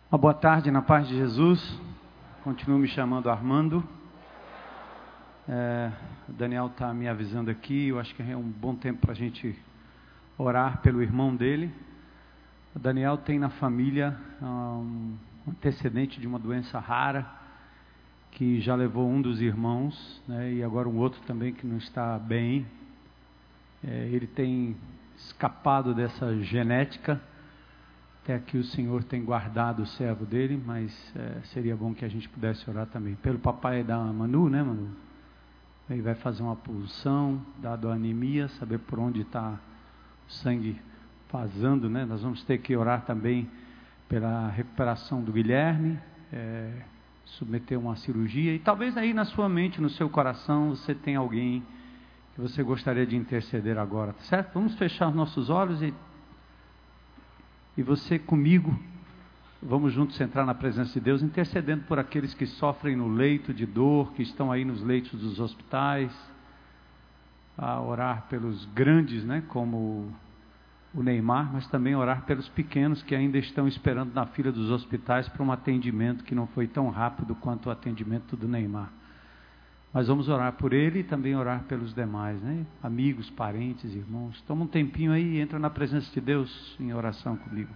Uma boa tarde na paz de Jesus. Continuo me chamando Armando. O Daniel está me avisando aqui. Eu acho que é um bom tempo para a gente orar pelo irmão dele. O Daniel tem na família um antecedente de uma doença rara que já levou um dos irmãos, né, e agora um outro também que não está bem. Ele tem escapado dessa genética. Até aqui o Senhor tem guardado o servo dele, mas seria bom que a gente pudesse orar também. Pelo papai da Manu, né, Manu? Ele vai fazer uma punção, dado a anemia, saber por onde está o sangue vazando, né? Nós vamos ter que orar também pela recuperação do Guilherme, submeter uma cirurgia. E talvez aí na sua mente, no seu coração, você tenha alguém que você gostaria de interceder agora, tá certo? Vamos fechar os nossos olhos e você comigo, vamos juntos entrar na presença de Deus, intercedendo por aqueles que sofrem no leito de dor, que estão aí nos leitos dos hospitais, a orar pelos grandes, né, como o Neymar, mas também orar pelos pequenos que ainda estão esperando na fila dos hospitais para um atendimento que não foi tão rápido quanto o atendimento do Neymar. Mas vamos orar por ele e também orar pelos demais, né? Amigos, parentes, irmãos. Toma um tempinho aí e entra na presença de Deus em oração comigo.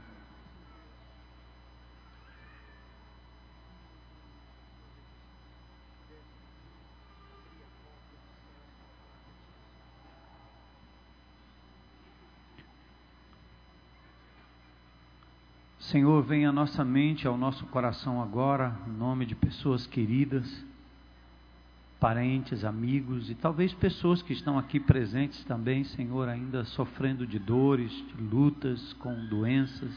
Senhor, vem à nossa mente, ao nosso coração agora, em nome de pessoas queridas, parentes, amigos e talvez pessoas que estão aqui presentes também, Senhor, ainda sofrendo de dores, de lutas com doenças,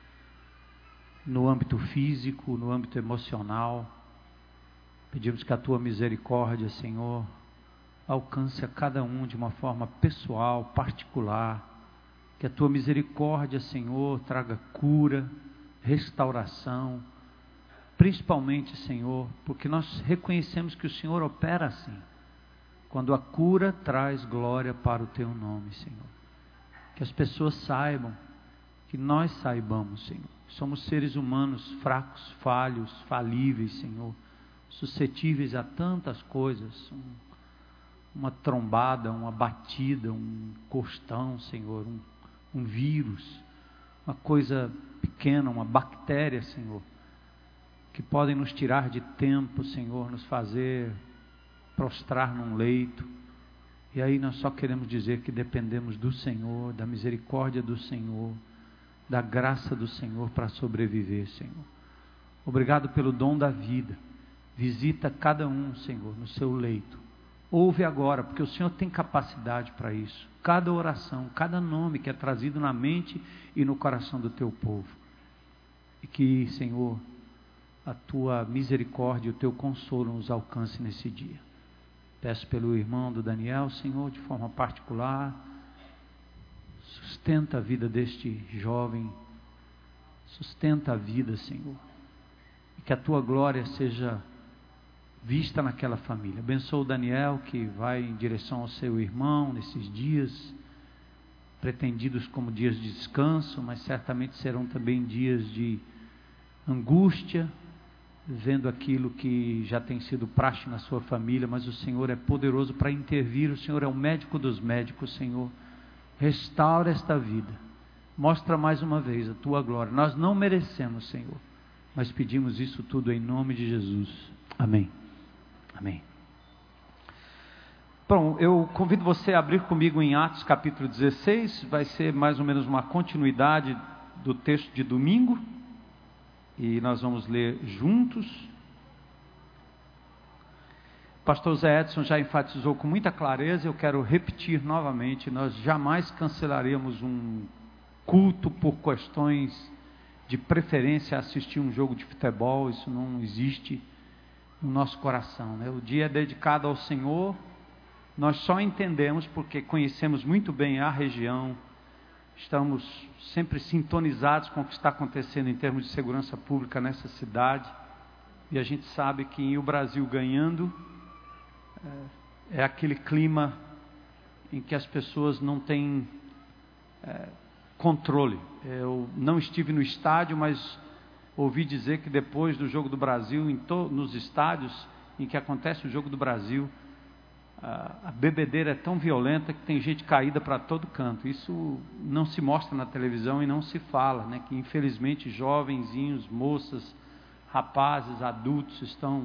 no âmbito físico, no âmbito emocional. Pedimos que a Tua misericórdia, Senhor, alcance a cada um de uma forma pessoal, particular, que a Tua misericórdia, Senhor, traga cura, restauração, principalmente, Senhor, porque nós reconhecemos que o Senhor opera assim, quando a cura traz glória para o Teu nome, Senhor. Que as pessoas saibam, que nós saibamos, Senhor, somos seres humanos fracos, falhos, falíveis, Senhor, suscetíveis a tantas coisas, uma trombada, uma batida, um costão, Senhor, um vírus, uma coisa pequena, uma bactéria, Senhor, que podem nos tirar de tempo, Senhor, nos fazer prostrar num leito. E aí nós só queremos dizer que dependemos do Senhor, da misericórdia do Senhor, da graça do Senhor para sobreviver, Senhor. Obrigado pelo dom da vida. Visita cada um, Senhor, no seu leito. Ouve agora, porque o Senhor tem capacidade para isso. Cada oração, cada nome que é trazido na mente e no coração do Teu povo. E que, Senhor, a Tua misericórdia e o Teu consolo nos alcance nesse dia. Peço pelo irmão do Daniel, Senhor, de forma particular, sustenta a vida deste jovem, sustenta a vida, Senhor, e que a Tua glória seja vista naquela família. Abençoa o Daniel, que vai em direção ao seu irmão nesses dias, pretendidos como dias de descanso, mas certamente serão também dias de angústia, vendo aquilo que já tem sido praxe na sua família, mas o Senhor é poderoso para intervir. O Senhor é o médico dos médicos, Senhor. Restaura esta vida. Mostra mais uma vez a Tua glória. Nós não merecemos, Senhor, mas pedimos isso tudo em nome de Jesus. Amém. Amém. Bom, eu convido você a abrir comigo em Atos capítulo 16. Vai ser mais ou menos uma continuidade do texto de domingo. E nós vamos ler juntos. O pastor Zé Edson já enfatizou com muita clareza. Eu quero repetir novamente. Nós jamais cancelaremos um culto por questões de preferência a assistir um jogo de futebol. Isso não existe no nosso coração, né? O dia é dedicado ao Senhor. Nós só entendemos porque conhecemos muito bem a região. Estamos sempre sintonizados com o que está acontecendo em termos de segurança pública nessa cidade. E a gente sabe que o Brasil ganhando é aquele clima em que as pessoas não têm controle. Eu não estive no estádio, mas ouvi dizer que depois do Jogo do Brasil, nos estádios em que acontece o Jogo do Brasil, a bebedeira é tão violenta que tem gente caída para todo canto. Isso não se mostra na televisão e não se fala, né? Que infelizmente jovenzinhos, moças, rapazes, adultos estão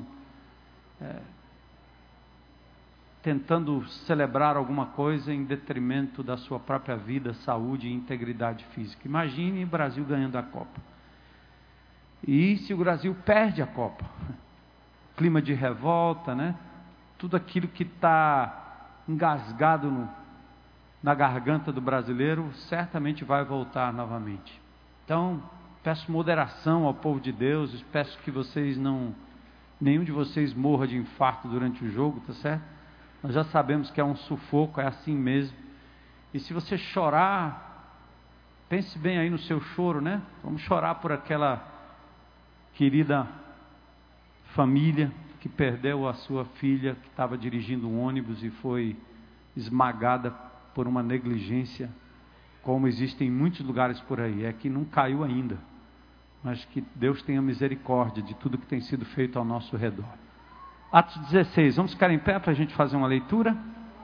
tentando celebrar alguma coisa em detrimento da sua própria vida, saúde e integridade física. Imagine o Brasil ganhando a Copa. E se o Brasil perde a Copa? Clima de revolta, né? Tudo aquilo que está engasgado na garganta do brasileiro, certamente vai voltar novamente. Então, peço moderação ao povo de Deus, peço que nenhum de vocês morra de infarto durante o jogo, tá certo? Nós já sabemos que é um sufoco, é assim mesmo. E se você chorar, pense bem aí no seu choro, né? Vamos chorar por aquela querida família que perdeu a sua filha, que estava dirigindo um ônibus e foi esmagada por uma negligência, como existe em muitos lugares por aí. É que não caiu ainda, mas que Deus tenha misericórdia de tudo que tem sido feito ao nosso redor. Atos 16, vamos ficar em pé para a gente fazer uma leitura?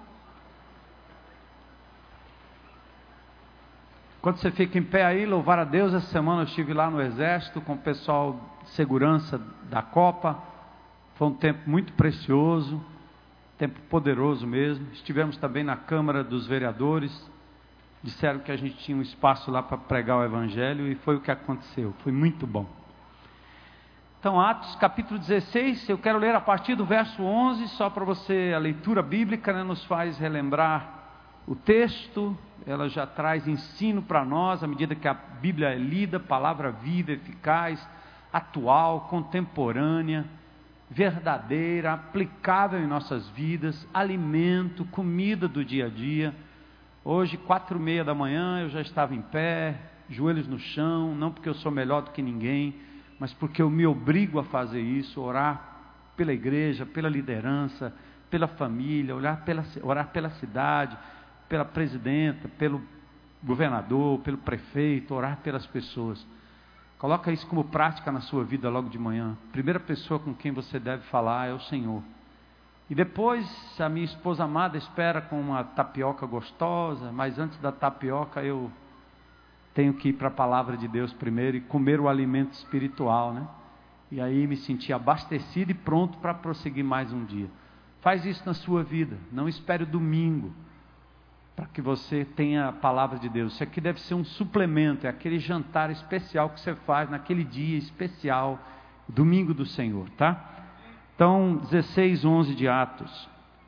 Quando você fica em pé aí, louvar a Deus. Essa semana eu estive lá no Exército com o pessoal de segurança da Copa. Foi um tempo muito precioso, tempo poderoso mesmo. Estivemos também na Câmara dos Vereadores. Disseram que a gente tinha um espaço lá para pregar o Evangelho e foi o que aconteceu. Foi muito bom. Então, Atos capítulo 16, eu quero ler a partir do verso 11, só para você, a leitura bíblica, né, nos faz relembrar o texto. Ela já traz ensino para nós, à medida que a Bíblia é lida, palavra viva, eficaz, atual, contemporânea, verdadeira, aplicável em nossas vidas, alimento, comida do dia a dia. Hoje, 4:30 da manhã, eu já estava em pé, joelhos no chão, não porque eu sou melhor do que ninguém, mas porque eu me obrigo a fazer isso, orar pela igreja, pela liderança, pela família, orar pela cidade, pela presidenta, pelo governador, pelo prefeito, orar pelas pessoas. Coloca isso como prática na sua vida logo de manhã. A primeira pessoa com quem você deve falar é o Senhor. E depois a minha esposa amada espera com uma tapioca gostosa, mas antes da tapioca eu tenho que ir para a palavra de Deus primeiro e comer o alimento espiritual, né? E aí me sentir abastecido e pronto para prosseguir mais um dia. Faz isso na sua vida, não espere o domingo para que você tenha a palavra de Deus. Isso aqui deve ser um suplemento, é aquele jantar especial que você faz naquele dia especial, domingo do Senhor, tá? Então, 16:11 de Atos.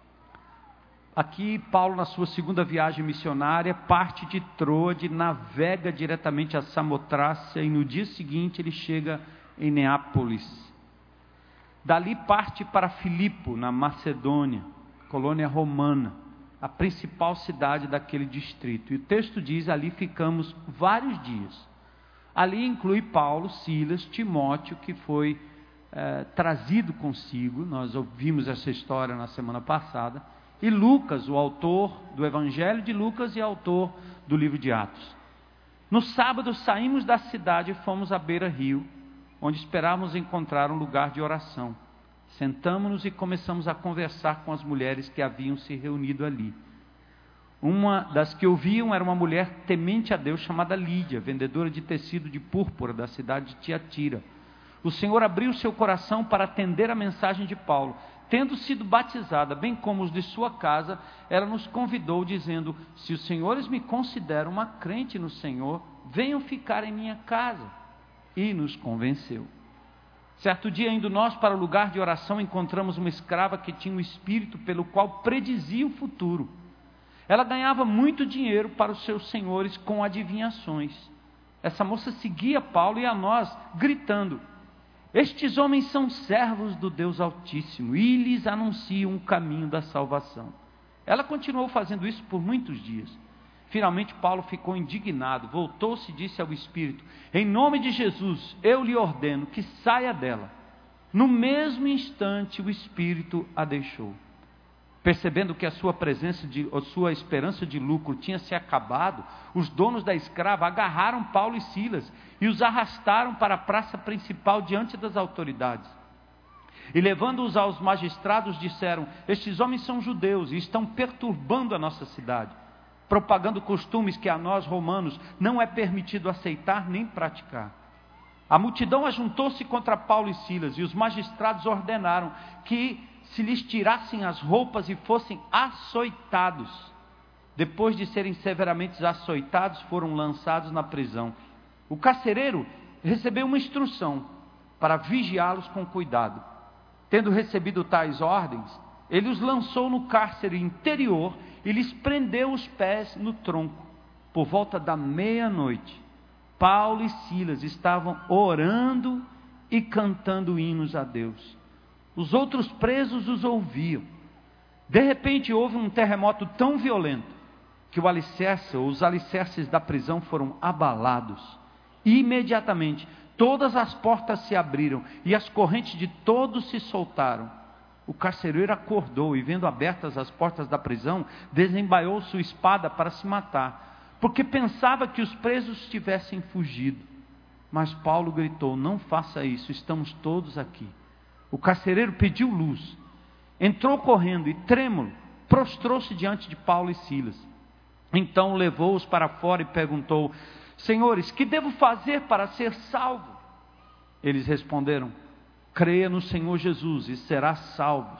Aqui, Paulo, na sua segunda viagem missionária, parte de Troade, navega diretamente a Samotrácia e no dia seguinte ele chega em Neápolis. Dali parte para Filipo, na Macedônia, colônia romana, a principal cidade daquele distrito. E o texto diz, ali ficamos vários dias. Ali inclui Paulo, Silas, Timóteo, que foi trazido consigo. Nós ouvimos essa história na semana passada. E Lucas, o autor do Evangelho de Lucas e autor do livro de Atos. No sábado saímos da cidade e fomos à beira-rio, onde esperávamos encontrar um lugar de oração. Sentamos-nos e começamos a conversar com as mulheres que haviam se reunido ali. Uma das que ouviam era uma mulher temente a Deus chamada Lídia, vendedora de tecido de púrpura da cidade de Tiatira. O Senhor abriu seu coração para atender a mensagem de Paulo. Tendo sido batizada, bem como os de sua casa, ela nos convidou dizendo, se os senhores me consideram uma crente no Senhor, venham ficar em minha casa. E nos convenceu. Certo dia, indo nós para o lugar de oração, encontramos uma escrava que tinha um espírito pelo qual predizia o futuro. Ela ganhava muito dinheiro para os seus senhores com adivinhações. Essa moça seguia Paulo e a nós, gritando, estes homens são servos do Deus Altíssimo e lhes anunciam o caminho da salvação. Ela continuou fazendo isso por muitos dias. Finalmente Paulo ficou indignado, voltou-se e disse ao Espírito, em nome de Jesus, eu lhe ordeno que saia dela. No mesmo instante o Espírito a deixou. Percebendo que a sua esperança de lucro tinha se acabado, os donos da escrava agarraram Paulo e Silas e os arrastaram para a praça principal diante das autoridades. E levando-os aos magistrados, disseram: estes homens são judeus e estão perturbando a nossa cidade, propagando costumes que a nós romanos não é permitido aceitar nem praticar. A multidão ajuntou-se contra Paulo e Silas, e os magistrados ordenaram que se lhes tirassem as roupas e fossem açoitados. Depois de serem severamente açoitados, foram lançados na prisão. O carcereiro recebeu uma instrução para vigiá-los com cuidado. Tendo recebido tais ordens, ele os lançou no cárcere interior e lhes prendeu os pés no tronco. Por volta da meia-noite, Paulo e Silas estavam orando e cantando hinos a Deus. Os outros presos os ouviam. De repente houve um terremoto tão violento que os alicerces da prisão foram abalados. E imediatamente todas as portas se abriram e as correntes de todos se soltaram. O carcereiro acordou e, vendo abertas as portas da prisão, desembaiou sua espada para se matar, porque pensava que os presos tivessem fugido. Mas Paulo gritou: não faça isso, estamos todos aqui. O carcereiro pediu luz, entrou correndo e, trêmulo, prostrou-se diante de Paulo e Silas. Então levou-os para fora e perguntou: senhores, que devo fazer para ser salvo? Eles responderam: creia no Senhor Jesus e serás salvo,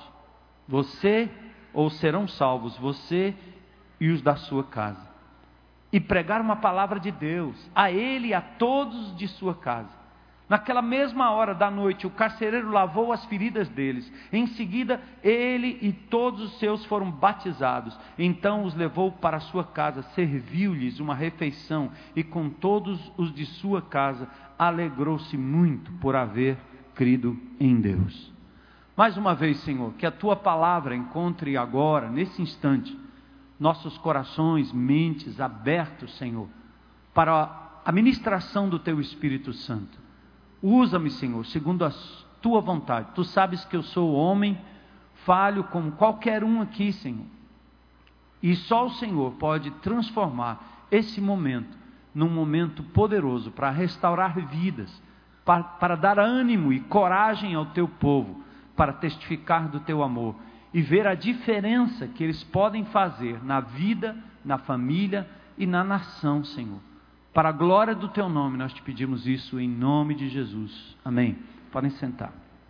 serão salvos você e os da sua casa. E pregaram uma palavra de Deus a ele e a todos de sua casa. Naquela mesma hora da noite, o carcereiro lavou as feridas deles. Em seguida, ele e todos os seus foram batizados. Então os levou para a sua casa, serviu-lhes uma refeição, e com todos os de sua casa alegrou-se muito por haver crido em Deus. Mais uma vez, Senhor, que a tua palavra encontre agora, nesse instante, nossos corações, mentes abertos, Senhor, para a ministração do teu Espírito Santo. Usa-me, Senhor, segundo a tua vontade. Tu sabes que eu sou homem, falho como qualquer um aqui, Senhor. E só o Senhor pode transformar esse momento num momento poderoso para restaurar vidas, para dar ânimo e coragem ao teu povo, para testificar do teu amor e ver a diferença que eles podem fazer na vida, na família e na nação, Senhor. Para a glória do teu nome, nós te pedimos isso em nome de Jesus. Amém. Podem sentar.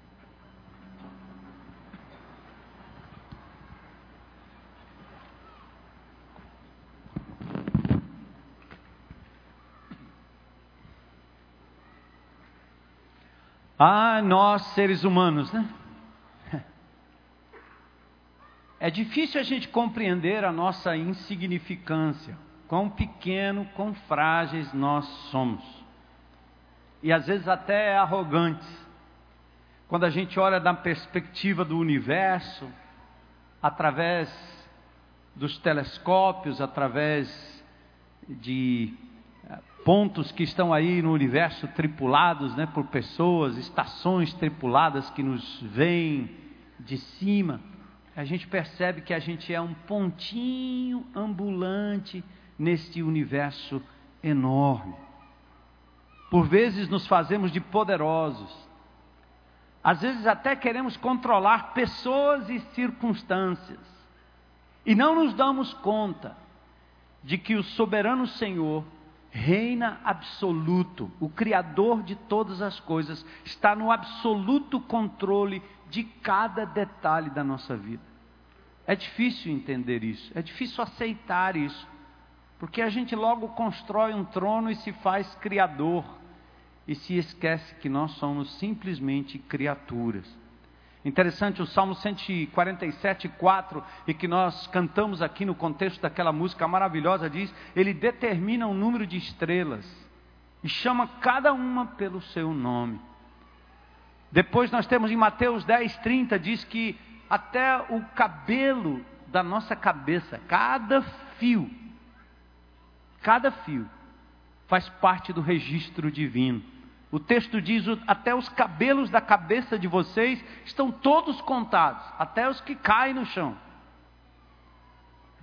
Nós seres humanos, né? É difícil a gente compreender a nossa insignificância. Quão pequeno, quão frágeis nós somos. E às vezes até arrogantes. Quando a gente olha da perspectiva do universo, através dos telescópios, através de pontos que estão aí no universo tripulados, né, por pessoas, estações tripuladas que nos veem de cima, a gente percebe que a gente é um pontinho ambulante neste universo enorme. Por vezes nos fazemos de poderosos. Às vezes até queremos controlar pessoas e circunstâncias. E não nos damos conta de que o soberano Senhor reina absoluto. O Criador de todas as coisas está no absoluto controle de cada detalhe da nossa vida. É difícil entender isso. É difícil aceitar isso. Porque a gente logo constrói um trono e se faz criador. E se esquece que nós somos simplesmente criaturas. Interessante, o Salmo 147:4, e que nós cantamos aqui no contexto daquela música maravilhosa, diz: ele determina o número de estrelas e chama cada uma pelo seu nome. Depois nós temos em Mateus 10:30, diz que até o cabelo da nossa cabeça, cada fio faz parte do registro divino. O texto diz: até os cabelos da cabeça de vocês estão todos contados, até os que caem no chão.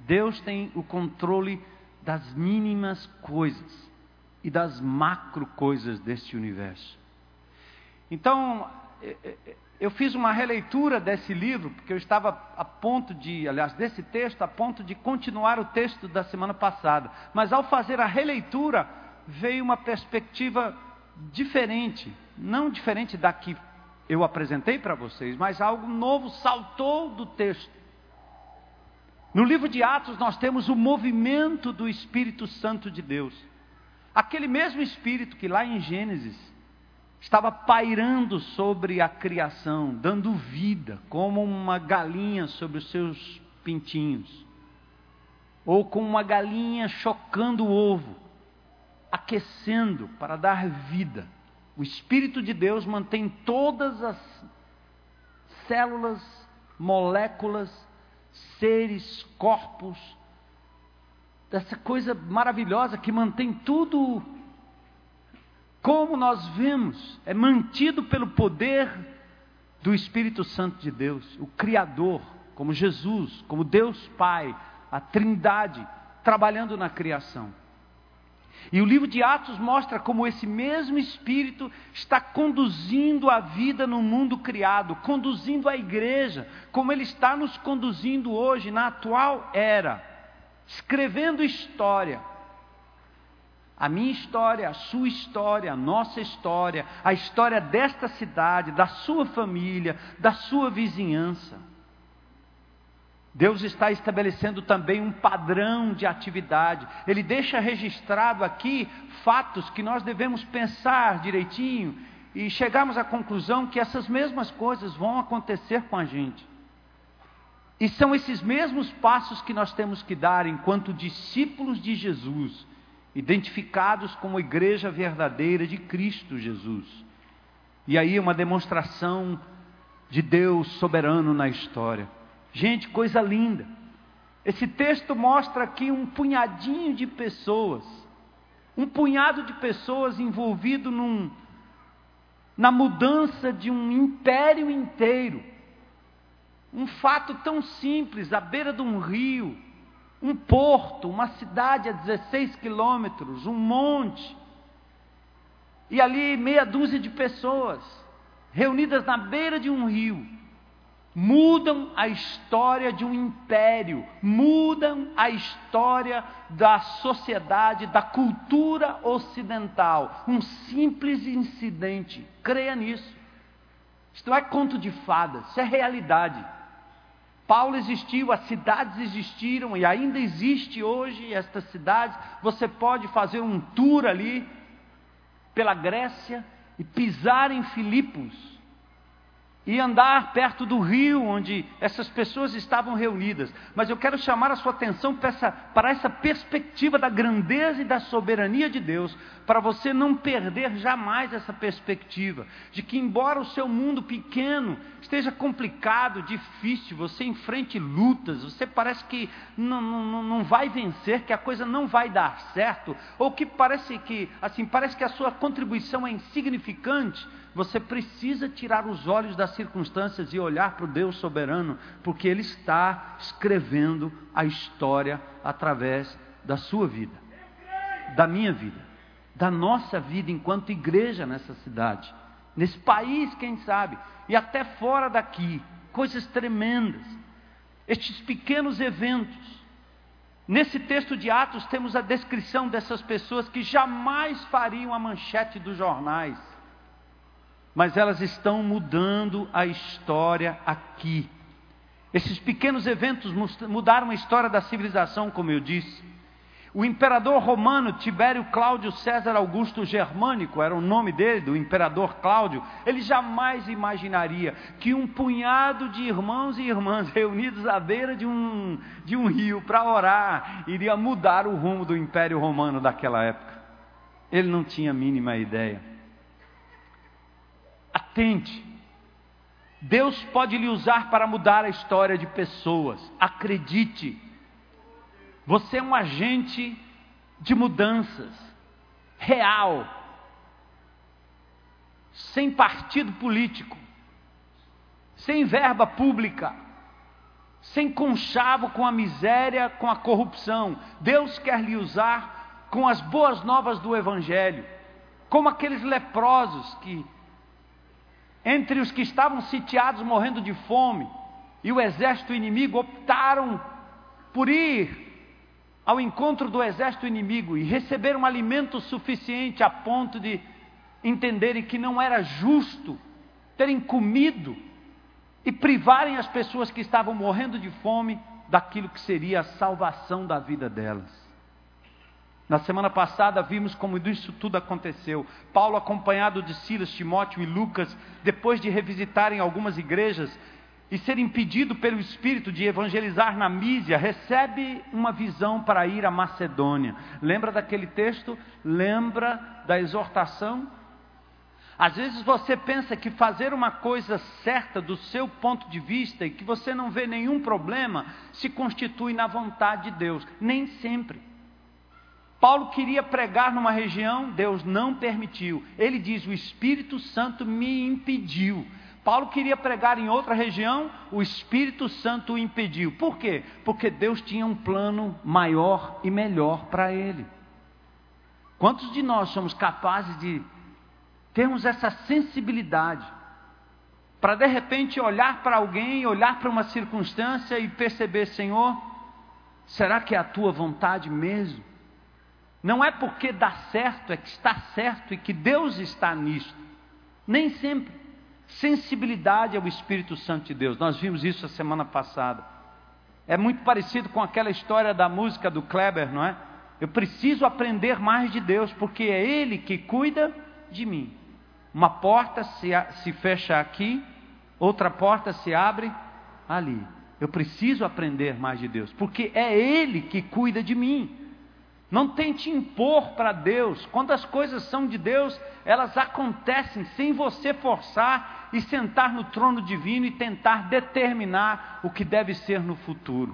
Deus tem o controle das mínimas coisas e das macro coisas deste universo. Então, eu fiz uma releitura desse livro, porque eu estava desse texto, a ponto de continuar o texto da semana passada. Mas ao fazer a releitura, veio uma perspectiva diferente, não diferente da que eu apresentei para vocês, mas algo novo saltou do texto. No livro de Atos nós temos o movimento do Espírito Santo de Deus. Aquele mesmo Espírito que lá em Gênesis estava pairando sobre a criação, dando vida, como uma galinha sobre os seus pintinhos. Ou como uma galinha chocando o ovo, aquecendo para dar vida. O Espírito de Deus mantém todas as células, moléculas, seres, corpos, dessa coisa maravilhosa que mantém tudo como nós vemos, é mantido pelo poder do Espírito Santo de Deus, o Criador, como Jesus, como Deus Pai, a Trindade, trabalhando na criação. E o livro de Atos mostra como esse mesmo Espírito está conduzindo a vida no mundo criado, conduzindo a igreja, como Ele está nos conduzindo hoje, na atual era, escrevendo história. A minha história, a sua história, a nossa história, a história desta cidade, da sua família, da sua vizinhança. Deus está estabelecendo também um padrão de atividade. Ele deixa registrado aqui fatos que nós devemos pensar direitinho e chegarmos à conclusão que essas mesmas coisas vão acontecer com a gente. E são esses mesmos passos que nós temos que dar enquanto discípulos de Jesus, identificados como igreja verdadeira de Cristo Jesus. E aí uma demonstração de Deus soberano na história. Gente, coisa linda. Esse texto mostra aqui um punhadinho de pessoas, um punhado de pessoas envolvido na mudança de um império inteiro. Um fato tão simples, à beira de um rio, um porto, uma cidade a 16 quilômetros, um monte, e ali meia dúzia de pessoas, reunidas na beira de um rio, mudam a história de um império, mudam a história da sociedade, da cultura ocidental. Um simples incidente, creia nisso. Isto não é conto de fadas, isso é realidade. Paulo existiu, as cidades existiram e ainda existe hoje estas cidades. Você pode fazer um tour ali pela Grécia e pisar em Filipos e andar perto do rio onde essas pessoas estavam reunidas. Mas eu quero chamar a sua atenção para essa perspectiva da grandeza e da soberania de Deus, para você não perder jamais essa perspectiva, de que embora o seu mundo pequeno esteja complicado, difícil, você enfrente lutas, você parece que não vai vencer, que a coisa não vai dar certo, ou que parece que a sua contribuição é insignificante, você precisa tirar os olhos das circunstâncias e olhar para o Deus soberano, porque Ele está escrevendo a história através da sua vida, da minha vida, da nossa vida enquanto igreja nessa cidade, nesse país, quem sabe, e até fora daqui, coisas tremendas, estes pequenos eventos. Nesse texto de Atos temos a descrição dessas pessoas que jamais fariam a manchete dos jornais, mas elas estão mudando a história aqui. Esses pequenos eventos mudaram a história da civilização, como eu disse. O imperador romano Tibério Cláudio César Augusto Germânico, era o nome dele, do imperador Cláudio, ele jamais imaginaria que um punhado de irmãos e irmãs reunidos à beira de um rio para orar, iria mudar o rumo do Império Romano daquela época. Ele não tinha a mínima ideia. Atente, Deus pode lhe usar para mudar a história de pessoas, acredite, você é um agente de mudanças, real, sem partido político, sem verba pública, sem conchavo com a miséria, com a corrupção. Deus quer lhe usar com as boas novas do Evangelho, como aqueles leprosos que, entre os que estavam sitiados morrendo de fome, e o exército inimigo, optaram por ir ao encontro do exército inimigo e receber um alimento suficiente a ponto de entenderem que não era justo terem comido e privarem as pessoas que estavam morrendo de fome daquilo que seria a salvação da vida delas. Na semana passada vimos como isso tudo aconteceu. Paulo, acompanhado de Silas, Timóteo e Lucas, depois de revisitarem algumas igrejas e ser impedido pelo Espírito de evangelizar na Mísia, recebe uma visão para ir à Macedônia. Lembra daquele texto? Lembra da exortação? Às vezes você pensa que fazer uma coisa certa do seu ponto de vista e que você não vê nenhum problema, se constitui na vontade de Deus. Nem sempre. Paulo queria pregar numa região, Deus não permitiu. Ele diz, o Espírito Santo me impediu. Paulo queria pregar em outra região, o Espírito Santo o impediu. Por quê? Porque Deus tinha um plano maior e melhor para ele. Quantos de nós somos capazes de termos essa sensibilidade para de repente olhar para alguém, olhar para uma circunstância e perceber, Senhor, será que é a tua vontade mesmo? Não é porque dá certo, é que está certo e que Deus está nisto. Nem sempre. Sensibilidade ao Espírito Santo de Deus. Nós vimos isso a semana passada. É muito parecido com aquela história da música do Kleber, não é? Eu preciso aprender mais de Deus, porque é Ele que cuida de mim. Uma porta se fecha aqui, outra porta se abre ali. Eu preciso aprender mais de Deus, porque é Ele que cuida de mim. Não tente impor para Deus. Quando as coisas são de Deus, elas acontecem sem você forçar e sentar no trono divino e tentar determinar o que deve ser no futuro.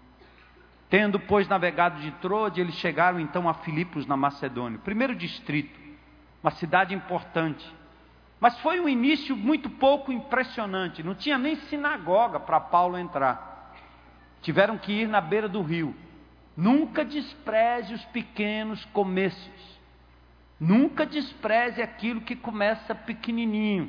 Tendo, pois, navegado de Troade, eles chegaram então a Filipos, na Macedônia, primeiro distrito, uma cidade importante. Mas foi um início muito pouco impressionante. Não tinha nem sinagoga para Paulo entrar. Tiveram que ir na beira do rio. Nunca despreze os pequenos começos. Nunca despreze aquilo que começa pequenininho.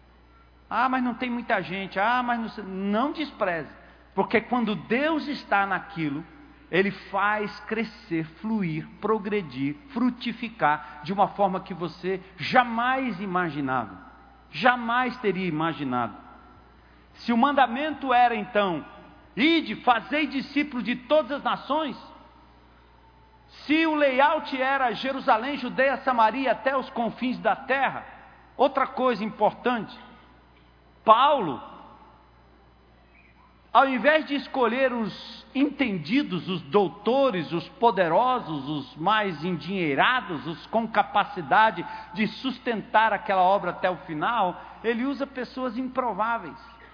Ah, mas não tem muita gente. Ah, mas não despreze. Porque quando Deus está naquilo, Ele faz crescer, fluir, progredir, frutificar de uma forma que você jamais imaginava. Jamais teria imaginado. Se o mandamento era então, ide, fazei discípulos de todas as nações. Se o layout era Jerusalém, Judeia, Samaria, até os confins da terra. Outra coisa importante, Paulo, ao invés de escolher os entendidos, os doutores, os poderosos, os mais endinheirados, os com capacidade de sustentar aquela obra até o final, ele usa pessoas improváveis.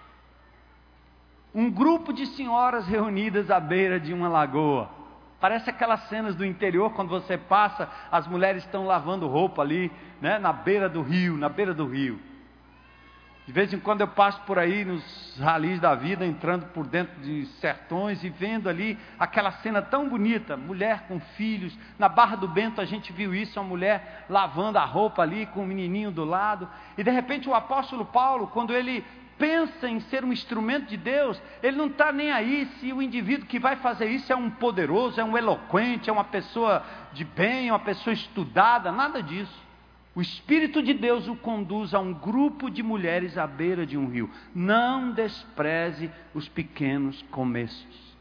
Um grupo de senhoras reunidas à beira de uma lagoa. Parece aquelas cenas do interior, quando você passa, as mulheres estão lavando roupa ali, né, na beira do rio, De vez em quando eu passo por aí nos ralis da vida, entrando por dentro de sertões e vendo ali aquela cena tão bonita, mulher com filhos. Na Barra do Bento a gente viu isso, uma mulher lavando a roupa ali com um menininho do lado. E de repente o apóstolo Paulo, quando ele pensa em ser um instrumento de Deus, ele não está nem aí se o indivíduo que vai fazer isso é um poderoso, é um eloquente, é uma pessoa de bem, uma pessoa estudada, nada disso. O Espírito de Deus o conduz a um grupo de mulheres à beira de um rio. Não despreze os pequenos começos.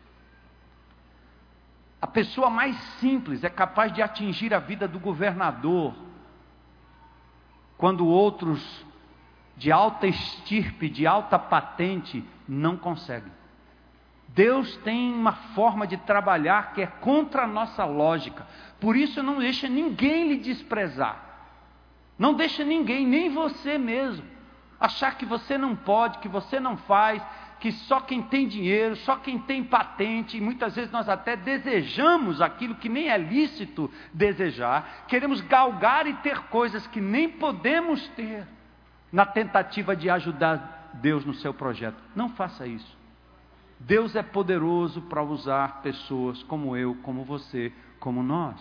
A pessoa mais simples é capaz de atingir a vida do governador, quando outros de alta estirpe, de alta patente, não conseguem. Deus tem uma forma de trabalhar que é contra a nossa lógica. Por isso não deixa ninguém lhe desprezar. Não deixa ninguém, nem você mesmo, achar que você não pode, que você não faz, que só quem tem dinheiro, só quem tem patente, e muitas vezes nós até desejamos aquilo que nem é lícito desejar, queremos galgar e ter coisas que nem podemos ter, na tentativa de ajudar Deus no seu projeto. Não faça isso. Deus é poderoso para usar pessoas como eu, como você, como nós.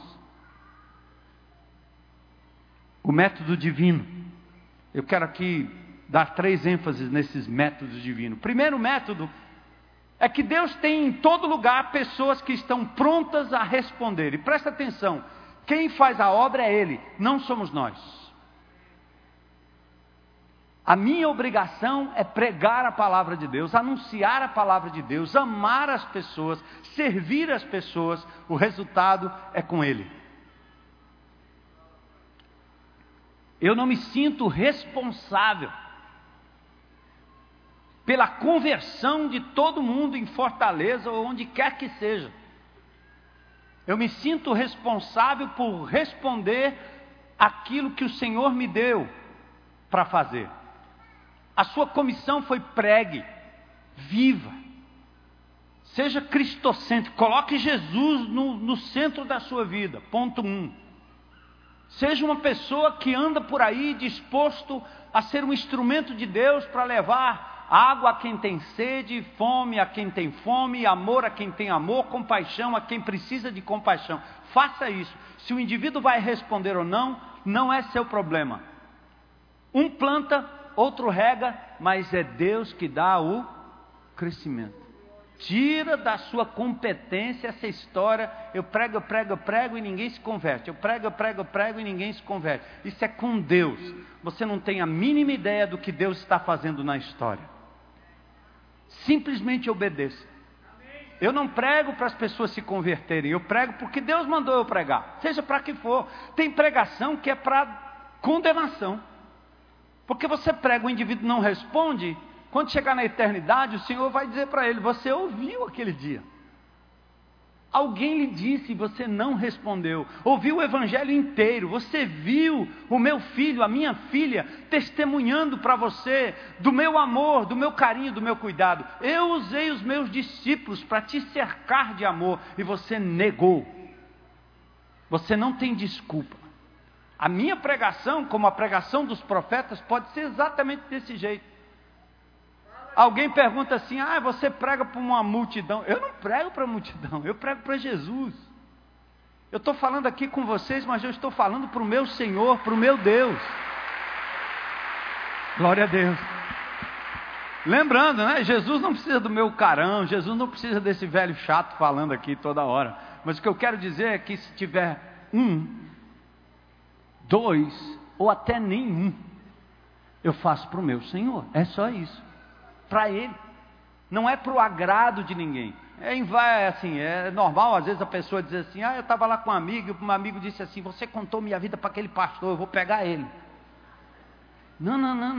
O método divino. Eu quero aqui dar 3 ênfases nesses métodos divinos. O primeiro método é que Deus tem em todo lugar pessoas que estão prontas a responder. E presta atenção, quem faz a obra é Ele, não somos nós. A minha obrigação é pregar a palavra de Deus, anunciar a palavra de Deus, amar as pessoas, servir as pessoas. O resultado é com Ele. Eu não me sinto responsável pela conversão de todo mundo em Fortaleza ou onde quer que seja. Eu me sinto responsável por responder aquilo que o Senhor me deu para fazer. A sua comissão foi: pregue, viva, seja cristocêntrico, coloque Jesus no centro da sua vida. Ponto 1. Seja uma pessoa que anda por aí disposto a ser um instrumento de Deus para levar água a quem tem sede, fome a quem tem fome, amor a quem tem amor, compaixão a quem precisa de compaixão. Faça isso. Se o indivíduo vai responder ou não, não é seu problema. Um planta, outro rega, mas é Deus que dá o crescimento. Tira da sua competência essa história: eu prego e ninguém se converte. Eu prego e ninguém se converte. Isso é com Deus. Você não tem a mínima ideia do que Deus está fazendo na história. Simplesmente obedeça. Eu não prego para as pessoas se converterem. Eu prego porque Deus mandou eu pregar. Seja para que for. Tem pregação que é para condenação. Porque você prega, o indivíduo não responde. Quando chegar na eternidade, o Senhor vai dizer para ele: você ouviu aquele dia. Alguém lhe disse e você não respondeu. Ouviu o evangelho inteiro. Você viu o meu filho, a minha filha, testemunhando para você do meu amor, do meu carinho, do meu cuidado. Eu usei os meus discípulos para te cercar de amor e você negou. Você não tem desculpa. A minha pregação, como a pregação dos profetas, pode ser exatamente desse jeito. Alguém pergunta assim: você prega para uma multidão? Eu não prego para a multidão, eu prego para Jesus. Eu estou falando aqui com vocês, mas eu estou falando para o meu Senhor, para o meu Deus. Glória a Deus. Lembrando, né? Jesus não precisa do meu carão, Jesus não precisa desse velho chato falando aqui toda hora. Mas o que eu quero dizer é que se tiver 1, 2 ou até nenhum, eu faço para o meu Senhor. É só isso. Para Ele, não é para o agrado de ninguém. É normal às vezes a pessoa dizer assim: eu estava lá com um amigo, e um amigo disse assim: você contou minha vida para aquele pastor, eu vou pegar ele. Não,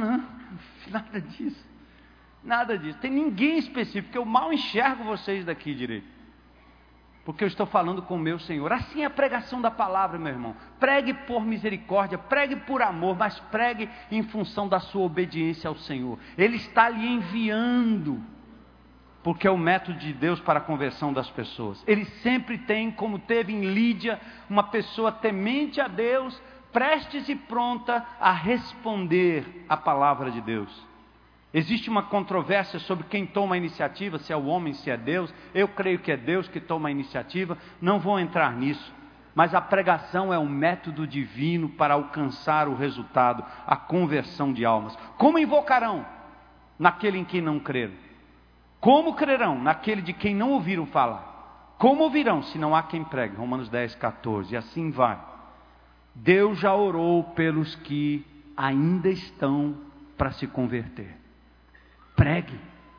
nada disso, tem ninguém específico, eu mal enxergo vocês daqui direito, porque eu estou falando com o meu Senhor. Assim é a pregação da palavra, meu irmão. Pregue por misericórdia, pregue por amor, mas pregue em função da sua obediência ao Senhor. Ele está lhe enviando, porque é o método de Deus para a conversão das pessoas. Ele sempre tem, como teve em Lídia, uma pessoa temente a Deus, prestes e pronta a responder a palavra de Deus. Existe uma controvérsia sobre quem toma a iniciativa, se é o homem, se é Deus. Eu creio que é Deus que toma a iniciativa, não vou entrar nisso. Mas a pregação é um método divino para alcançar o resultado, a conversão de almas. Como invocarão? Naquele em quem não creram. Como crerão? Naquele de quem não ouviram falar. Como ouvirão se não há quem pregue? Romanos 10, 14, e assim vai. Deus já orou pelos que ainda estão para se converter. Pregue.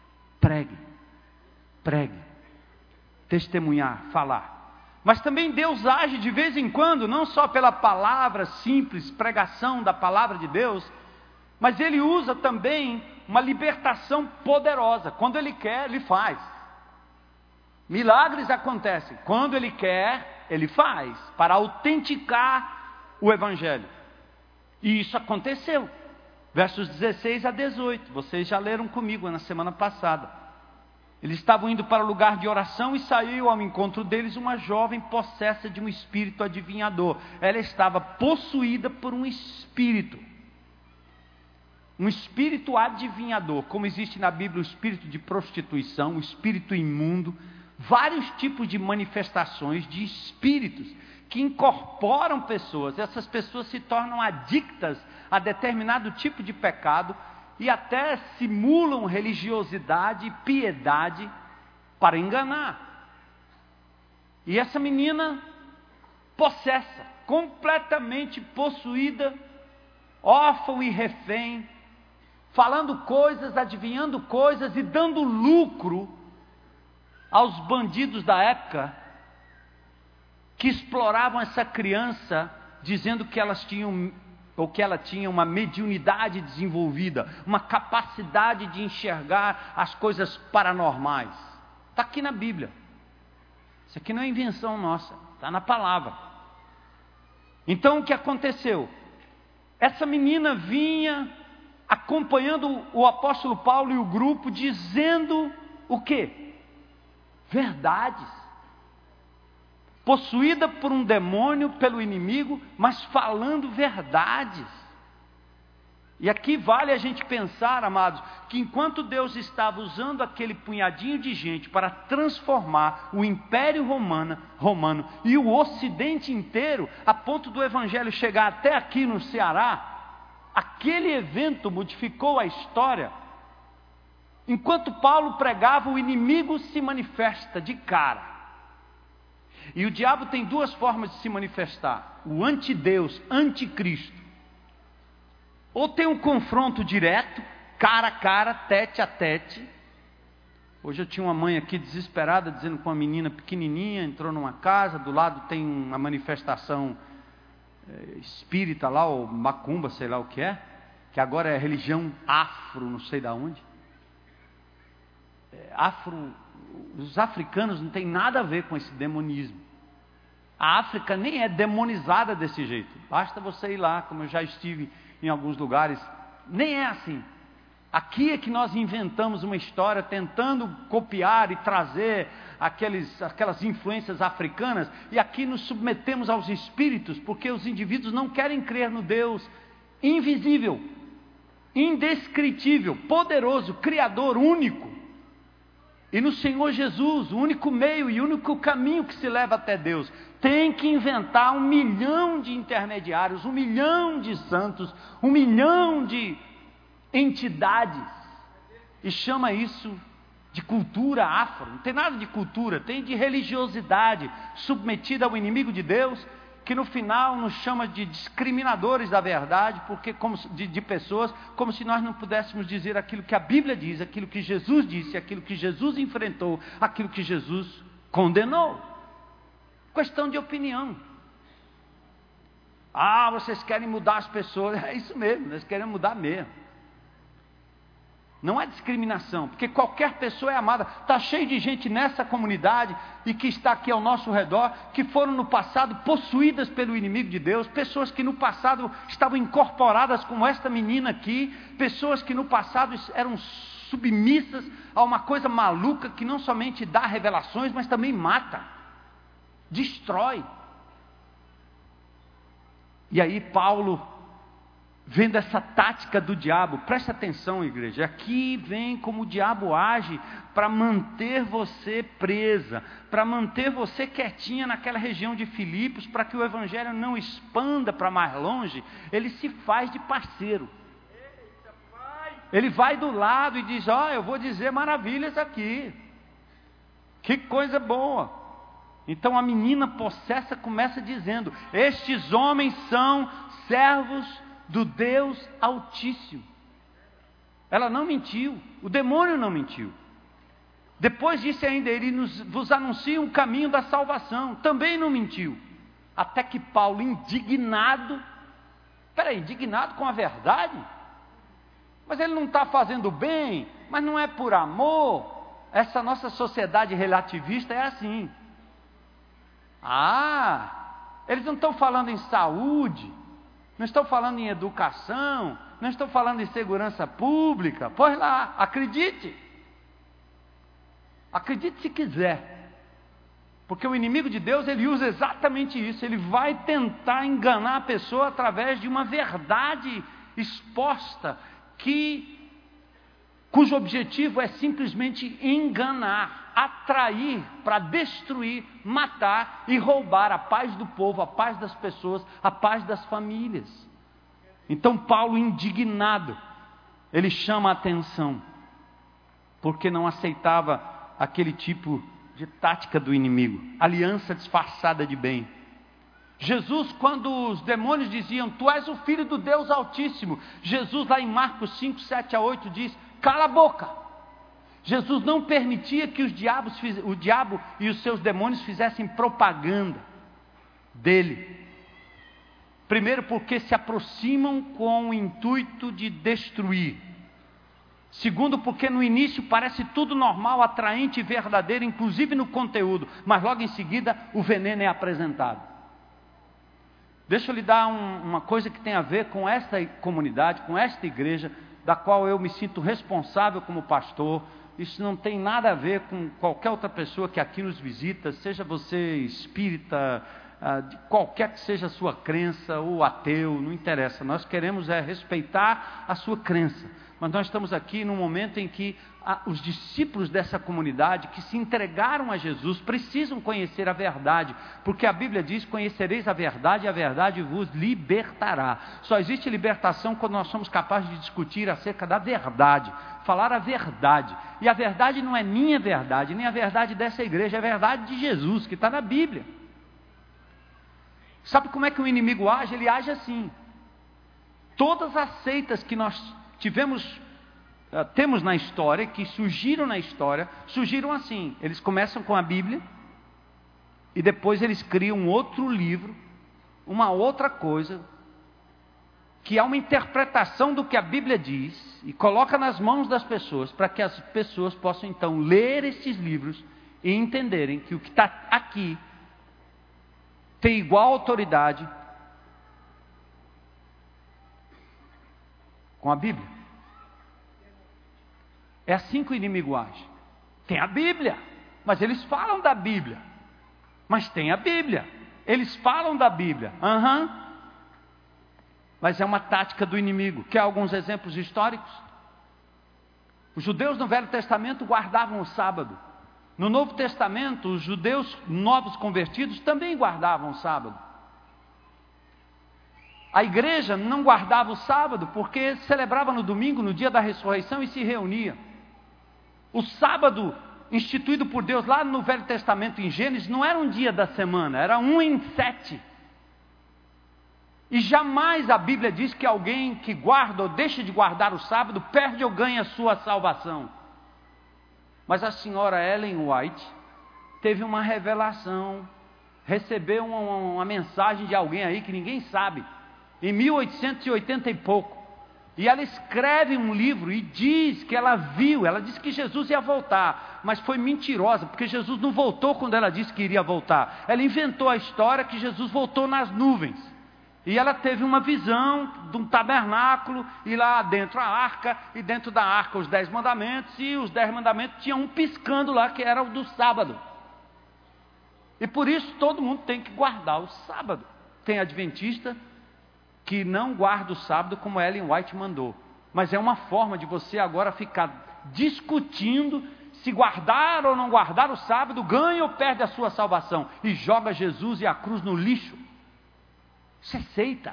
Testemunhar, falar. Mas também Deus age de vez em quando, não só pela palavra simples, pregação da palavra de Deus, mas Ele usa também uma libertação poderosa. Quando Ele quer, Ele faz. Milagres acontecem. Quando Ele quer, Ele faz, para autenticar o Evangelho. E isso aconteceu. Versos 16 a 18, vocês já leram comigo na semana passada. Eles estavam indo para o lugar de oração e saiu ao encontro deles uma jovem possessa de um espírito adivinhador. Ela estava possuída por um espírito. um espírito adivinhador, como existe na Bíblia o espírito de prostituição, o espírito imundo, vários tipos de manifestações de espíritos que incorporam pessoas. Essas pessoas se tornam adictas a determinado tipo de pecado e até simulam religiosidade e piedade para enganar. E essa menina, possessa, completamente possuída, órfã e refém, falando coisas, adivinhando coisas e dando lucro aos bandidos da época que exploravam essa criança, dizendo que elas tinham, ou que ela tinha uma mediunidade desenvolvida, uma capacidade de enxergar as coisas paranormais. Está aqui na Bíblia. Isso aqui não é invenção nossa, está na palavra. Então o que aconteceu? Essa menina vinha acompanhando o apóstolo Paulo e o grupo, dizendo o quê? Verdades. Possuída por um demônio, pelo inimigo, mas falando verdades. E aqui vale a gente pensar, amados, que enquanto Deus estava usando aquele punhadinho de gente para transformar o Império Romano e o Ocidente inteiro, a ponto do Evangelho chegar até aqui no Ceará, aquele evento modificou a história. Enquanto Paulo pregava, o inimigo se manifesta de cara. E o diabo tem duas formas de se manifestar: o antideus, anticristo. Ou tem um confronto direto, cara a cara, tete a tete. Hoje eu tinha uma mãe aqui desesperada, dizendo que uma menina pequenininha entrou numa casa, do lado tem uma manifestação espírita lá, ou macumba, sei lá o que é, que agora é religião afro, não sei de onde. Os africanos não tem nada a ver com esse demonismo. A África nem é demonizada desse jeito. Basta você ir lá, como eu já estive em alguns lugares, nem é assim. Aqui é que nós inventamos uma história tentando copiar e trazer aquelas influências africanas, e aqui nos submetemos aos espíritos, porque os indivíduos não querem crer no Deus invisível, indescritível, poderoso, criador, único, e no Senhor Jesus, o único meio e único caminho que se leva até Deus. Tem que inventar 1 milhão de intermediários, 1 milhão de santos, 1 milhão de entidades, e chama isso de cultura afro. Não tem nada de cultura, tem de religiosidade submetida ao inimigo de Deus, que no final nos chama de discriminadores da verdade, porque de pessoas, como se nós não pudéssemos dizer aquilo que a Bíblia diz, aquilo que Jesus disse, aquilo que Jesus enfrentou, aquilo que Jesus condenou. Questão de opinião. Ah, vocês querem mudar as pessoas. É isso mesmo, nós queremos mudar mesmo. Não é discriminação, porque qualquer pessoa é amada. Está cheio de gente nessa comunidade e que está aqui ao nosso redor, que foram no passado possuídas pelo inimigo de Deus, pessoas que no passado estavam incorporadas como esta menina aqui, pessoas que no passado eram submissas a uma coisa maluca que não somente dá revelações, mas também mata, destrói. E aí Paulo, vendo essa tática do diabo, presta atenção, igreja, aqui vem como o diabo age para manter você presa, para manter você quietinha naquela região de Filipos, para que o evangelho não expanda para mais longe. Ele se faz de parceiro, ele vai do lado e diz: ó, eu vou dizer maravilhas aqui, que coisa boa. Então a menina possessa começa dizendo: estes homens são servos do Deus Altíssimo. Ela não mentiu, o demônio não mentiu. Depois disse ainda: ele vos anuncia um caminho da salvação, também não mentiu. Até que Paulo, indignado, indignado com a verdade, mas ele não está fazendo bem, mas não é por amor. Essa nossa sociedade relativista é assim. Eles não estão falando em saúde, não estão falando em educação, não estão falando em segurança pública. Pois lá, acredite. Acredite se quiser. Porque o inimigo de Deus, ele usa exatamente isso. Ele vai tentar enganar a pessoa através de uma verdade exposta, cujo objetivo é simplesmente enganar, atrair para destruir, matar e roubar a paz do povo, a paz das pessoas, a paz das famílias. Então Paulo, indignado, ele chama a atenção, porque não aceitava aquele tipo de tática do inimigo, aliança disfarçada de bem. Jesus, quando os demônios diziam, tu és o Filho do Deus Altíssimo, Jesus lá em Marcos 5, 7 a 8 diz, cala a boca. Jesus não permitia que o diabo e os seus demônios fizessem propaganda dele. Primeiro porque se aproximam com o intuito de destruir. Segundo porque no início parece tudo normal, atraente e verdadeiro, inclusive no conteúdo, mas logo em seguida o veneno é apresentado. Deixa eu lhe dar uma coisa que tem a ver com esta comunidade, com esta igreja, da qual eu me sinto responsável como pastor. Isso não tem nada a ver com qualquer outra pessoa que aqui nos visita, seja você espírita, de qualquer que seja a sua crença, ou ateu, não interessa. Nós queremos respeitar a sua crença. Mas nós estamos aqui num momento em que os discípulos dessa comunidade que se entregaram a Jesus precisam conhecer a verdade, porque a Bíblia diz, conhecereis a verdade e a verdade vos libertará. Só existe libertação quando nós somos capazes de discutir acerca da verdade, falar a verdade. E a verdade não é minha verdade, nem a verdade dessa igreja, é a verdade de Jesus, que está na Bíblia. Sabe como é que o inimigo age? Ele age assim. Todas as seitas que nós temos na história, que surgiram na história, surgiram assim. Eles começam com a Bíblia, e depois eles criam um outro livro, uma outra coisa, que é uma interpretação do que a Bíblia diz, e coloca nas mãos das pessoas, para que as pessoas possam então ler esses livros, e entenderem que o que está aqui, tem igual autoridade com a Bíblia. É assim que o inimigo age. Tem a Bíblia, mas eles falam da Bíblia. Mas tem a Bíblia, eles falam da Bíblia. Mas é uma tática do inimigo. Quer alguns exemplos históricos? Os judeus no Velho Testamento guardavam o sábado. No Novo Testamento, os judeus novos convertidos também guardavam o sábado. A igreja não guardava o sábado porque celebrava no domingo, no dia da ressurreição, e se reunia. O sábado instituído por Deus lá no Velho Testamento, em Gênesis, não era um dia da semana, era 1 em 7. E jamais a Bíblia diz que alguém que guarda ou deixa de guardar o sábado perde ou ganha a sua salvação. Mas a senhora Ellen White teve uma revelação, recebeu uma mensagem de alguém aí que ninguém sabe, em 1880 e pouco. E ela escreve um livro e diz que ela viu, ela disse que Jesus ia voltar, mas foi mentirosa, porque Jesus não voltou quando ela disse que iria voltar. Ela inventou a história que Jesus voltou nas nuvens. E ela teve uma visão de um tabernáculo, e lá dentro a arca, e dentro da arca os 10 mandamentos, e os 10 mandamentos tinham um piscando lá, que era o do sábado. E por isso todo mundo tem que guardar o sábado. Tem adventista que não guarda o sábado como Ellen White mandou. Mas é uma forma de você agora ficar discutindo se guardar ou não guardar o sábado, ganha ou perde a sua salvação. E joga Jesus e a cruz no lixo. Isso é seita.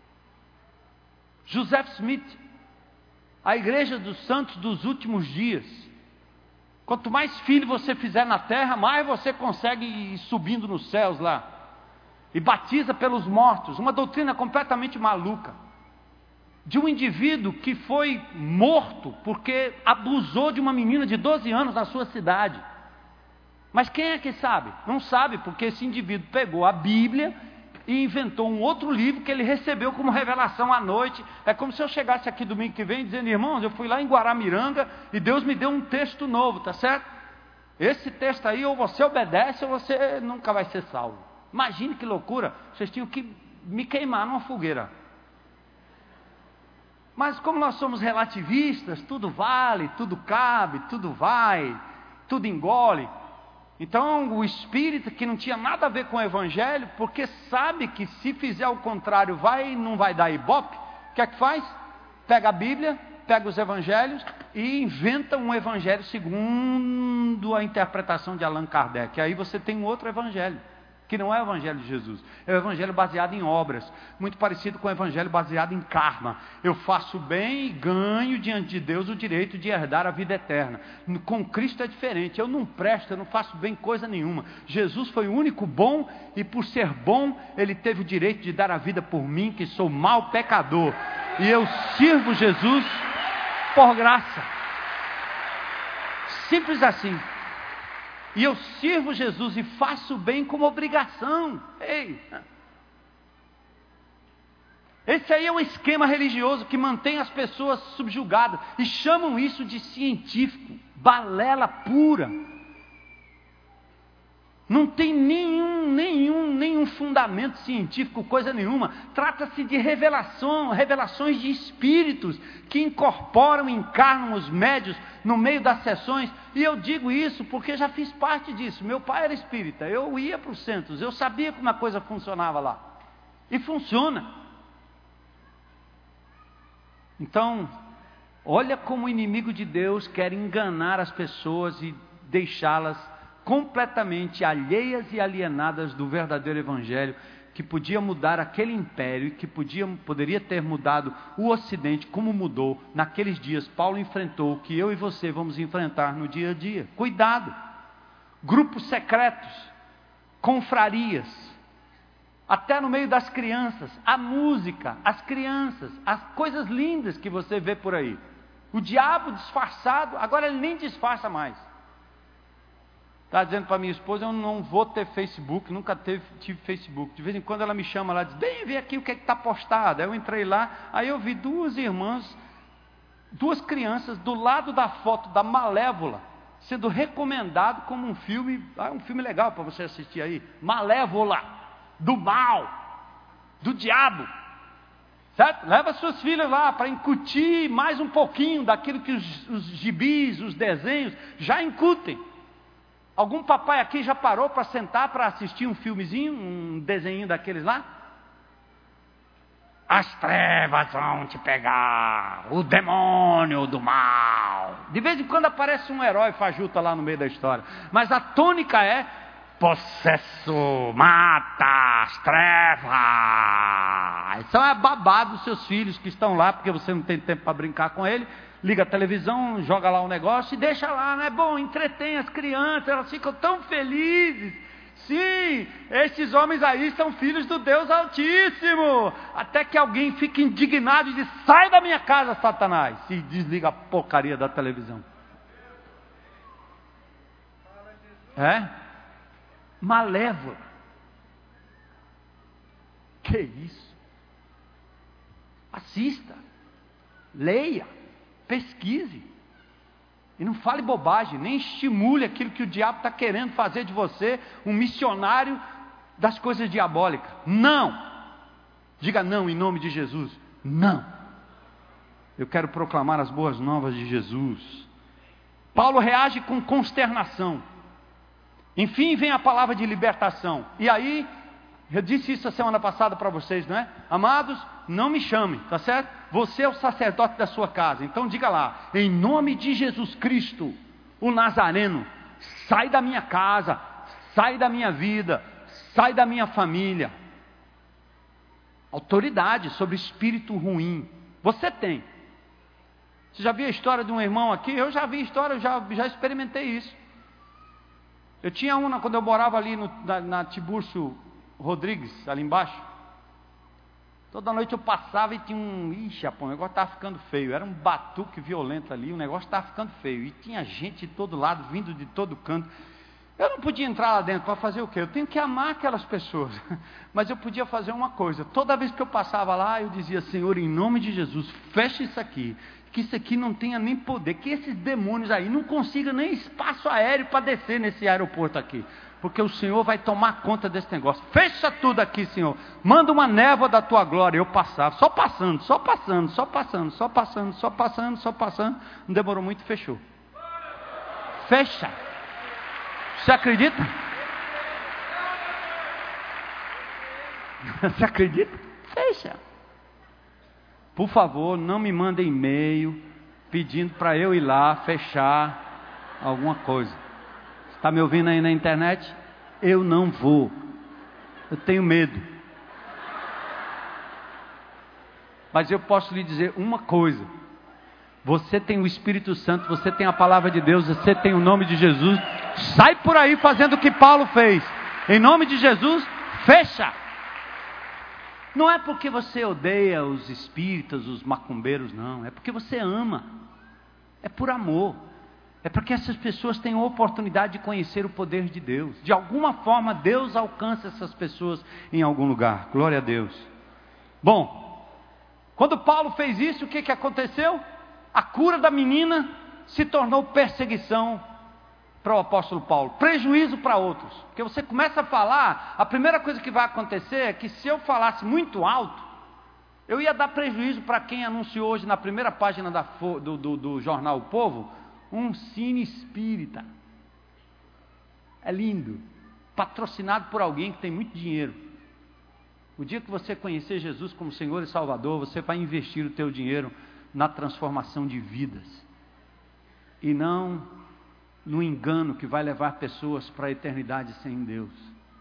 Joseph Smith, a igreja dos santos dos últimos dias. Quanto mais filho você fizer na terra, mais você consegue ir subindo nos céus lá. E batiza pelos mortos, uma doutrina completamente maluca, de um indivíduo que foi morto porque abusou de uma menina de 12 anos na sua cidade. Mas quem é que sabe? Não sabe, porque esse indivíduo pegou a Bíblia e inventou um outro livro que ele recebeu como revelação à noite. É como se eu chegasse aqui domingo que vem dizendo, irmãos, eu fui lá em Guaramiranga e Deus me deu um texto novo, tá certo? Esse texto aí, ou você obedece ou você nunca vai ser salvo. Imagine que loucura, vocês tinham que me queimar numa fogueira. Mas como nós somos relativistas, tudo vale, tudo cabe, tudo vai, tudo engole. Então o espírita que não tinha nada a ver com o evangelho, porque sabe que se fizer o contrário não vai dar ibope, o que é que faz? Pega a Bíblia, pega os evangelhos e inventa um evangelho segundo a interpretação de Allan Kardec. Aí você tem um outro evangelho, que não é o evangelho de Jesus, é o evangelho baseado em obras, muito parecido com o evangelho baseado em karma. Eu faço bem e ganho diante de Deus o direito de herdar a vida eterna. Com Cristo é diferente, eu não presto, eu não faço bem coisa nenhuma. Jesus foi o único bom, e por ser bom, Ele teve o direito de dar a vida por mim, que sou mau pecador, e eu sirvo Jesus por graça, simples assim. E eu sirvo Jesus e faço bem como obrigação. Ei! Esse aí é um esquema religioso que mantém as pessoas subjugadas. E chamam isso de científico. Balela pura. Não tem nenhum fundamento científico, coisa nenhuma. Trata-se de revelações de espíritos que incorporam e encarnam os médios no meio das sessões. E eu digo isso porque já fiz parte disso. Meu pai era espírita, eu ia para os centros, eu sabia como a coisa funcionava lá. E funciona. Então, olha como o inimigo de Deus quer enganar as pessoas e deixá-las completamente alheias e alienadas do verdadeiro evangelho, que podia mudar aquele império e que poderia ter mudado o Ocidente, como mudou naqueles dias. Paulo enfrentou o que eu e você vamos enfrentar no dia a dia. Cuidado! Grupos secretos, confrarias, até no meio das crianças, a música, as crianças, as coisas lindas que você vê por aí. O diabo disfarçado, agora ele nem disfarça mais. Está dizendo para minha esposa, eu não vou ter Facebook, nunca tive Facebook. De vez em quando ela me chama lá e diz, bem, vê aqui o que está postado. Aí eu entrei lá, aí eu vi duas crianças do lado da foto da Malévola, sendo recomendado como um filme legal para você assistir aí. Malévola, do mal, do diabo. Certo? Leva suas filhas lá para incutir mais um pouquinho daquilo que os gibis, os desenhos já incutem. Algum papai aqui já parou para sentar para assistir um filmezinho, um desenho daqueles lá? As trevas vão te pegar, o demônio do mal. De vez em quando aparece um herói fajuta lá no meio da história. Mas a tônica é possesso, mata, as trevas. Então é babado dos seus filhos que estão lá, porque você não tem tempo para brincar com ele. Liga a televisão, joga lá um negócio e deixa lá, não é bom? Entretém as crianças, elas ficam tão felizes. Sim, esses homens aí são filhos do Deus Altíssimo. Até que alguém fica indignado e diz, sai da minha casa, Satanás. E desliga a porcaria da televisão. É? Malévola. Que isso? Assista. Leia. Pesquise. E não fale bobagem, nem estimule aquilo que o diabo está querendo fazer de você, um missionário das coisas diabólicas. Não! Diga não em nome de Jesus. Não! Eu quero proclamar as boas novas de Jesus. Paulo reage com consternação. Enfim vem a palavra de libertação. E aí, eu disse isso a semana passada para vocês, não é? Amados, não me chamem, tá certo? Você é o sacerdote da sua casa. Então diga lá, em nome de Jesus Cristo, o Nazareno, sai da minha casa, sai da minha vida, sai da minha família. Autoridade sobre espírito ruim. Você tem. Você já viu a história de um irmão aqui? Eu já vi a história, eu já experimentei isso. Eu tinha uma quando eu morava ali na Tiburcio Rodrigues, ali embaixo. Toda noite eu passava e tinha ixi, rapaz, o negócio estava ficando feio. Era um batuque violento ali, o negócio estava ficando feio. E tinha gente de todo lado, vindo de todo canto. Eu não podia entrar lá dentro para fazer o quê? Eu tenho que amar aquelas pessoas. Mas eu podia fazer uma coisa. Toda vez que eu passava lá, eu dizia, Senhor, em nome de Jesus, fecha isso aqui. Que isso aqui não tenha nem poder. Que esses demônios aí não consigam nem espaço aéreo para descer nesse aeroporto aqui. Porque o Senhor vai tomar conta desse negócio. Fecha tudo aqui, Senhor. Manda uma névoa da tua glória. Eu passava, só passando. Não demorou muito, fechou. Fecha. Você acredita? Você acredita? Fecha. Por favor, não me mandem e-mail, pedindo para eu ir lá fechar alguma coisa. Está me ouvindo aí na internet? Eu não vou. Eu tenho medo. Mas eu posso lhe dizer uma coisa. Você tem o Espírito Santo, você tem a palavra de Deus, você tem o nome de Jesus. Sai por aí fazendo o que Paulo fez. Em nome de Jesus, fecha. Não é porque você odeia os espíritas, os macumbeiros, não. É porque você ama. É por amor. É para que essas pessoas tenham a oportunidade de conhecer o poder de Deus. De alguma forma, Deus alcança essas pessoas em algum lugar. Glória a Deus. Bom, quando Paulo fez isso, o que aconteceu? A cura da menina se tornou perseguição para o apóstolo Paulo. Prejuízo para outros. Porque você começa a falar, a primeira coisa que vai acontecer é que se eu falasse muito alto, eu ia dar prejuízo para quem anunciou hoje na primeira página do jornal O Povo, um cine espírita. É lindo. Patrocinado por alguém que tem muito dinheiro. O dia que você conhecer Jesus como Senhor e Salvador, você vai investir o teu dinheiro na transformação de vidas. E não no engano que vai levar pessoas para a eternidade sem Deus.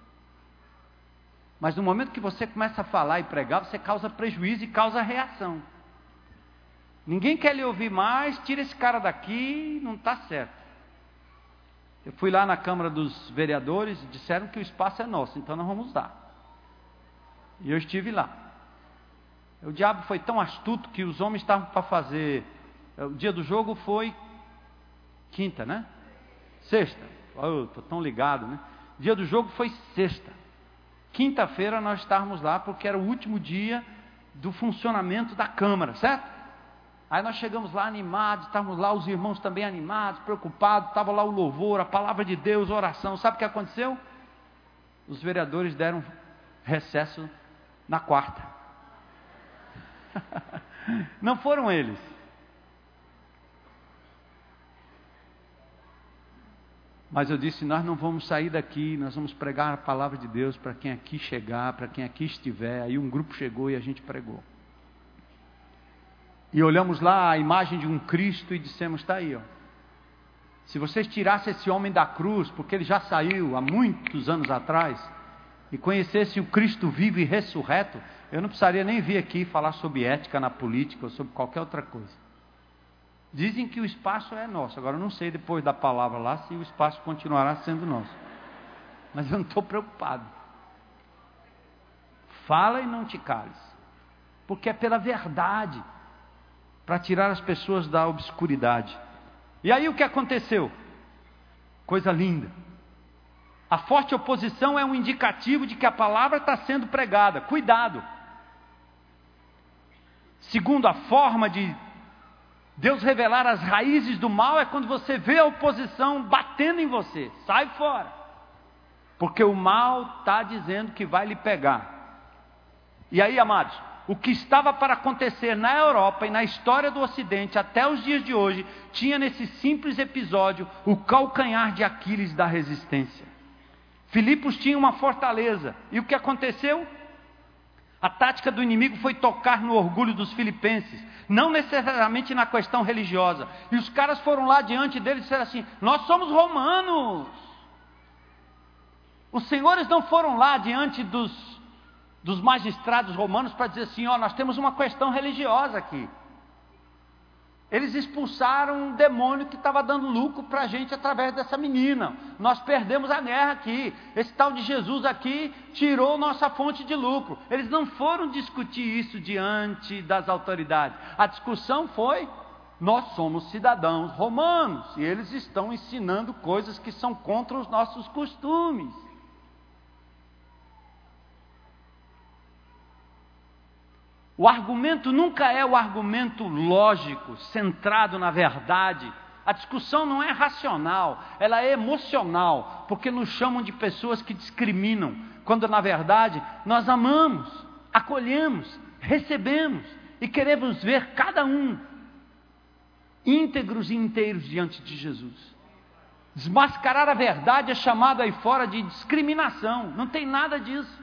Mas no momento que você começa a falar e pregar, você causa prejuízo e causa reação. Ninguém quer lhe ouvir mais, tira esse cara daqui, não está certo. Eu fui lá na Câmara dos Vereadores e disseram que o espaço é nosso, então nós vamos dar. E eu estive lá. O diabo foi tão astuto que os homens estavam para fazer. O dia do jogo foi quinta, né? Sexta. Estou tão ligado, né? O dia do jogo foi sexta. Quinta-feira nós estávamos lá porque era o último dia do funcionamento da Câmara, certo? Aí nós chegamos lá animados, estávamos lá os irmãos também animados, preocupados, estava lá o louvor, a palavra de Deus, a oração. Sabe o que aconteceu? Os vereadores deram recesso na quarta. Não foram eles. Mas eu disse, nós não vamos sair daqui, nós vamos pregar a palavra de Deus para quem aqui chegar, para quem aqui estiver. Aí um grupo chegou e a gente pregou. E olhamos lá a imagem de um Cristo e dissemos, está aí, ó. Se vocês tirassem esse homem da cruz, porque ele já saiu há muitos anos atrás, e conhecessem o Cristo vivo e ressurreto, eu não precisaria nem vir aqui falar sobre ética na política ou sobre qualquer outra coisa. Dizem que o espaço é nosso, agora eu não sei depois da palavra lá se o espaço continuará sendo nosso. Mas eu não estou preocupado. Fala e não te cales, porque é pela verdade, para tirar as pessoas da obscuridade. E aí o que aconteceu? Coisa linda. A forte oposição é um indicativo de que a palavra está sendo pregada. Cuidado. Segundo, a forma de Deus revelar as raízes do mal é quando você vê a oposição batendo em você. Sai fora. Porque o mal está dizendo que vai lhe pegar. E aí, amados, o que estava para acontecer na Europa e na história do Ocidente até os dias de hoje, tinha nesse simples episódio o calcanhar de Aquiles da resistência. Filipos tinha uma fortaleza, e o que aconteceu? A tática do inimigo foi tocar no orgulho dos filipenses, não necessariamente na questão religiosa. E os caras foram lá diante dele e disseram assim, nós somos romanos. Os senhores não foram lá diante dos magistrados romanos para dizer assim, ó, nós temos uma questão religiosa aqui. Eles expulsaram um demônio que estava dando lucro para a gente através dessa menina. Nós perdemos a guerra aqui. Esse tal de Jesus aqui tirou nossa fonte de lucro. Eles não foram discutir isso diante das autoridades. A discussão foi, nós somos cidadãos romanos e eles estão ensinando coisas que são contra os nossos costumes. O argumento nunca é o argumento lógico, centrado na verdade. A discussão não é racional, ela é emocional, porque nos chamam de pessoas que discriminam, quando na verdade nós amamos, acolhemos, recebemos e queremos ver cada um íntegros e inteiros diante de Jesus. Desmascarar a verdade é chamado aí fora de discriminação, não tem nada disso.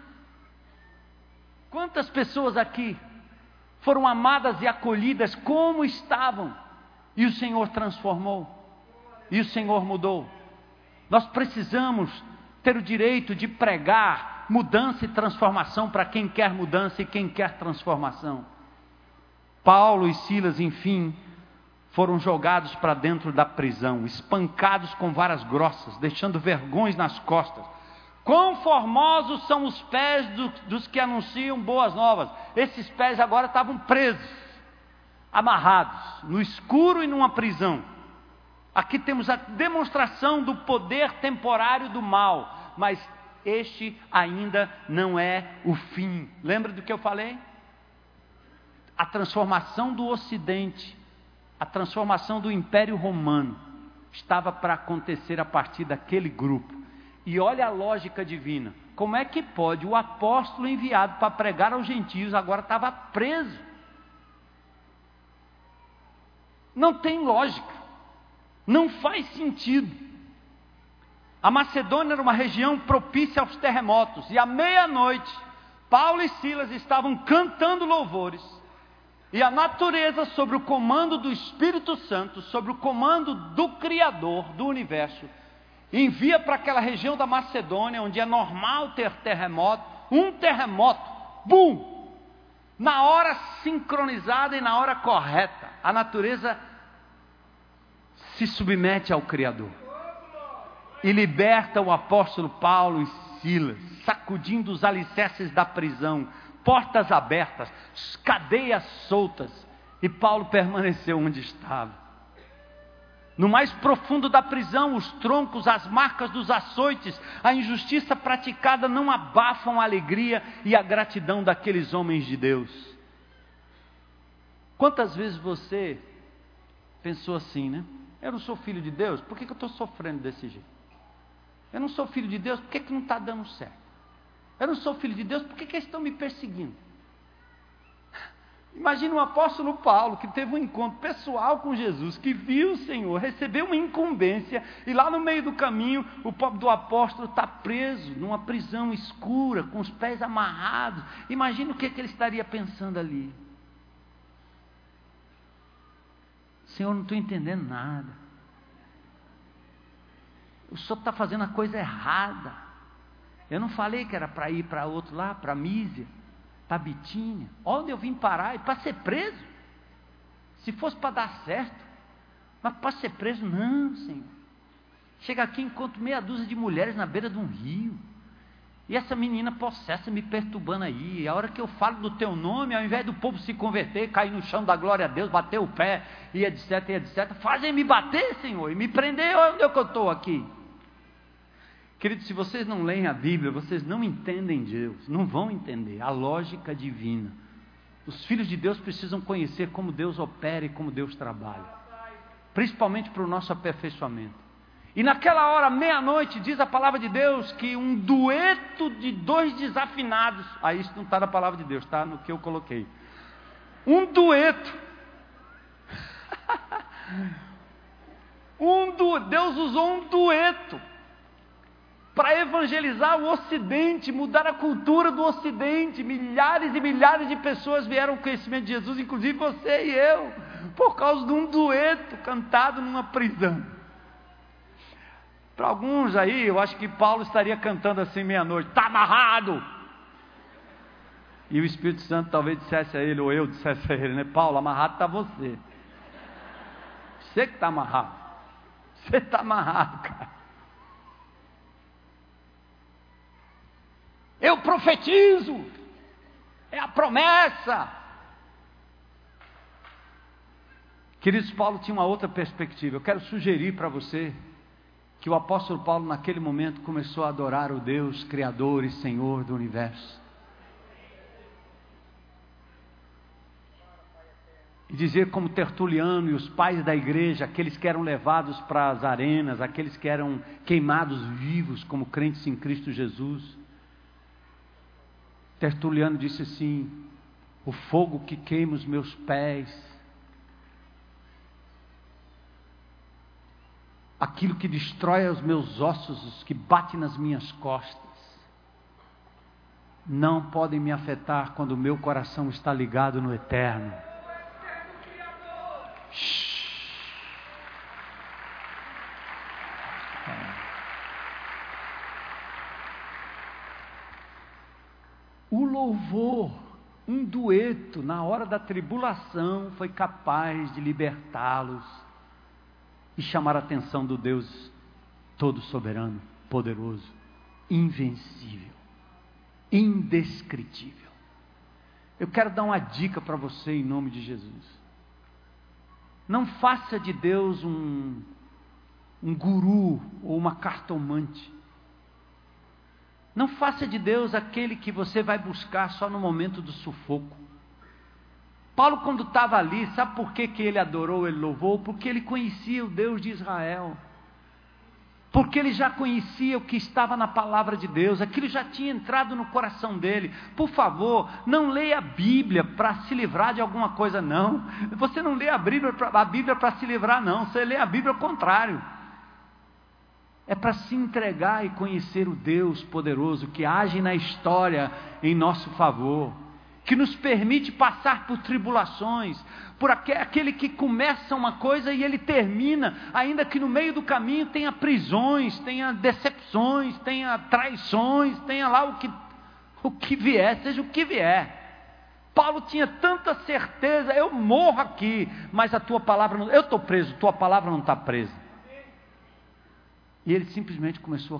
Quantas pessoas aqui foram amadas e acolhidas como estavam, E o Senhor transformou. E o Senhor mudou. Nós precisamos ter o direito de pregar mudança e transformação para quem quer mudança e quem quer transformação. Paulo e Silas, enfim, foram jogados para dentro da prisão, espancados com varas grossas, deixando vergões nas costas. Quão formosos são os pés dos que anunciam boas novas. Esses pés agora estavam presos, amarrados, no escuro e numa prisão. Aqui temos a demonstração do poder temporário do mal, mas este ainda não é o fim. Lembra do que eu falei? A transformação do Ocidente, a transformação do Império Romano, estava para acontecer a partir daquele grupo. E olha a lógica divina. Como é que pode o apóstolo enviado para pregar aos gentios agora estava preso? Não tem lógica. Não faz sentido. A Macedônia era uma região propícia aos terremotos. E à meia-noite, Paulo e Silas estavam cantando louvores. E a natureza, sob o comando do Espírito Santo, sob o comando do Criador do universo, envia para aquela região da Macedônia, onde é normal ter terremoto, um terremoto, bum! Na hora sincronizada e na hora correta, a natureza se submete ao Criador e liberta o apóstolo Paulo e Silas, sacudindo os alicerces da prisão, portas abertas, cadeias soltas, e Paulo permaneceu onde estava. No mais profundo da prisão, os troncos, as marcas dos açoites, a injustiça praticada não abafam a alegria e a gratidão daqueles homens de Deus. Quantas vezes você pensou assim, né? Eu não sou filho de Deus, por que eu estou sofrendo desse jeito? Eu não sou filho de Deus, por que não está dando certo? Eu não sou filho de Deus, por que eles estão me perseguindo? Imagina o apóstolo Paulo, que teve um encontro pessoal com Jesus, que viu o Senhor, recebeu uma incumbência, e lá no meio do caminho, o pobre do apóstolo está preso, numa prisão escura, com os pés amarrados. Imagina o que ele estaria pensando ali. Senhor, não estou entendendo nada. O Senhor está fazendo a coisa errada. Eu não falei que era para ir para outro lá, para Mísia, para Bitínia. Onde eu vim parar? E para ser preso? Se fosse para dar certo. Mas para ser preso, não, Senhor. Chega aqui e encontro meia dúzia de mulheres na beira de um rio. E essa menina possessa me perturbando aí. E a hora que eu falo do teu nome, ao invés do povo se converter, cair no chão da glória a Deus, bater o pé, e etc, fazem me bater, Senhor, e me prender. Onde é que eu estou aqui? Queridos, se vocês não leem a Bíblia, vocês não entendem Deus, não vão entender a lógica divina. Os filhos de Deus precisam conhecer como Deus opera e como Deus trabalha, principalmente para o nosso aperfeiçoamento. E naquela hora, meia-noite, diz a palavra de Deus que um dueto de dois desafinados, aí isso não está na palavra de Deus, está no que eu coloquei. Um dueto. Deus usou um dueto para evangelizar o Ocidente, mudar a cultura do Ocidente. Milhares e milhares de pessoas vieram ao conhecimento de Jesus, inclusive você e eu, por causa de um dueto cantado numa prisão. Para alguns aí, eu acho que Paulo estaria cantando assim meia-noite, está amarrado. E o Espírito Santo talvez dissesse a ele, ou eu dissesse a ele, né? Paulo, amarrado está você. Você que está amarrado. Você está amarrado, cara. Eu profetizo. É a promessa. Queridos, Paulo tinha uma outra perspectiva. Eu quero sugerir para você que o apóstolo Paulo naquele momento começou a adorar o Deus Criador e Senhor do universo. E dizer como Tertuliano e os pais da igreja, aqueles que eram levados para as arenas, aqueles que eram queimados vivos como crentes em Cristo Jesus. Tertuliano disse assim: o fogo que queima os meus pés, aquilo que destrói os meus ossos, os que bate nas minhas costas, não podem me afetar quando o meu coração está ligado no eterno. Shhh. louvor, um dueto na hora da tribulação foi capaz de libertá-los e chamar a atenção do Deus todo soberano, poderoso, invencível, indescritível. Eu quero dar uma dica para você em nome de Jesus. Não faça de Deus um guru ou uma cartomante. Não faça de Deus aquele que você vai buscar só no momento do sufoco. Paulo, quando estava ali, sabe por que ele adorou, ele louvou? Porque ele conhecia o Deus de Israel. Porque ele já conhecia o que estava na palavra de Deus, aquilo já tinha entrado no coração dele. Por favor, não leia a Bíblia para se livrar de alguma coisa, não. Você não lê a Bíblia para se livrar, não. Você lê a Bíblia ao contrário. É para se entregar e conhecer o Deus poderoso que age na história em nosso favor, que nos permite passar por tribulações, por aquele que começa uma coisa e ele termina, ainda que no meio do caminho tenha prisões, tenha decepções, tenha traições, tenha lá o que vier, seja o que vier. Paulo tinha tanta certeza: eu morro aqui, mas a tua palavra não, eu estou preso, tua palavra não está presa. E ele simplesmente começou a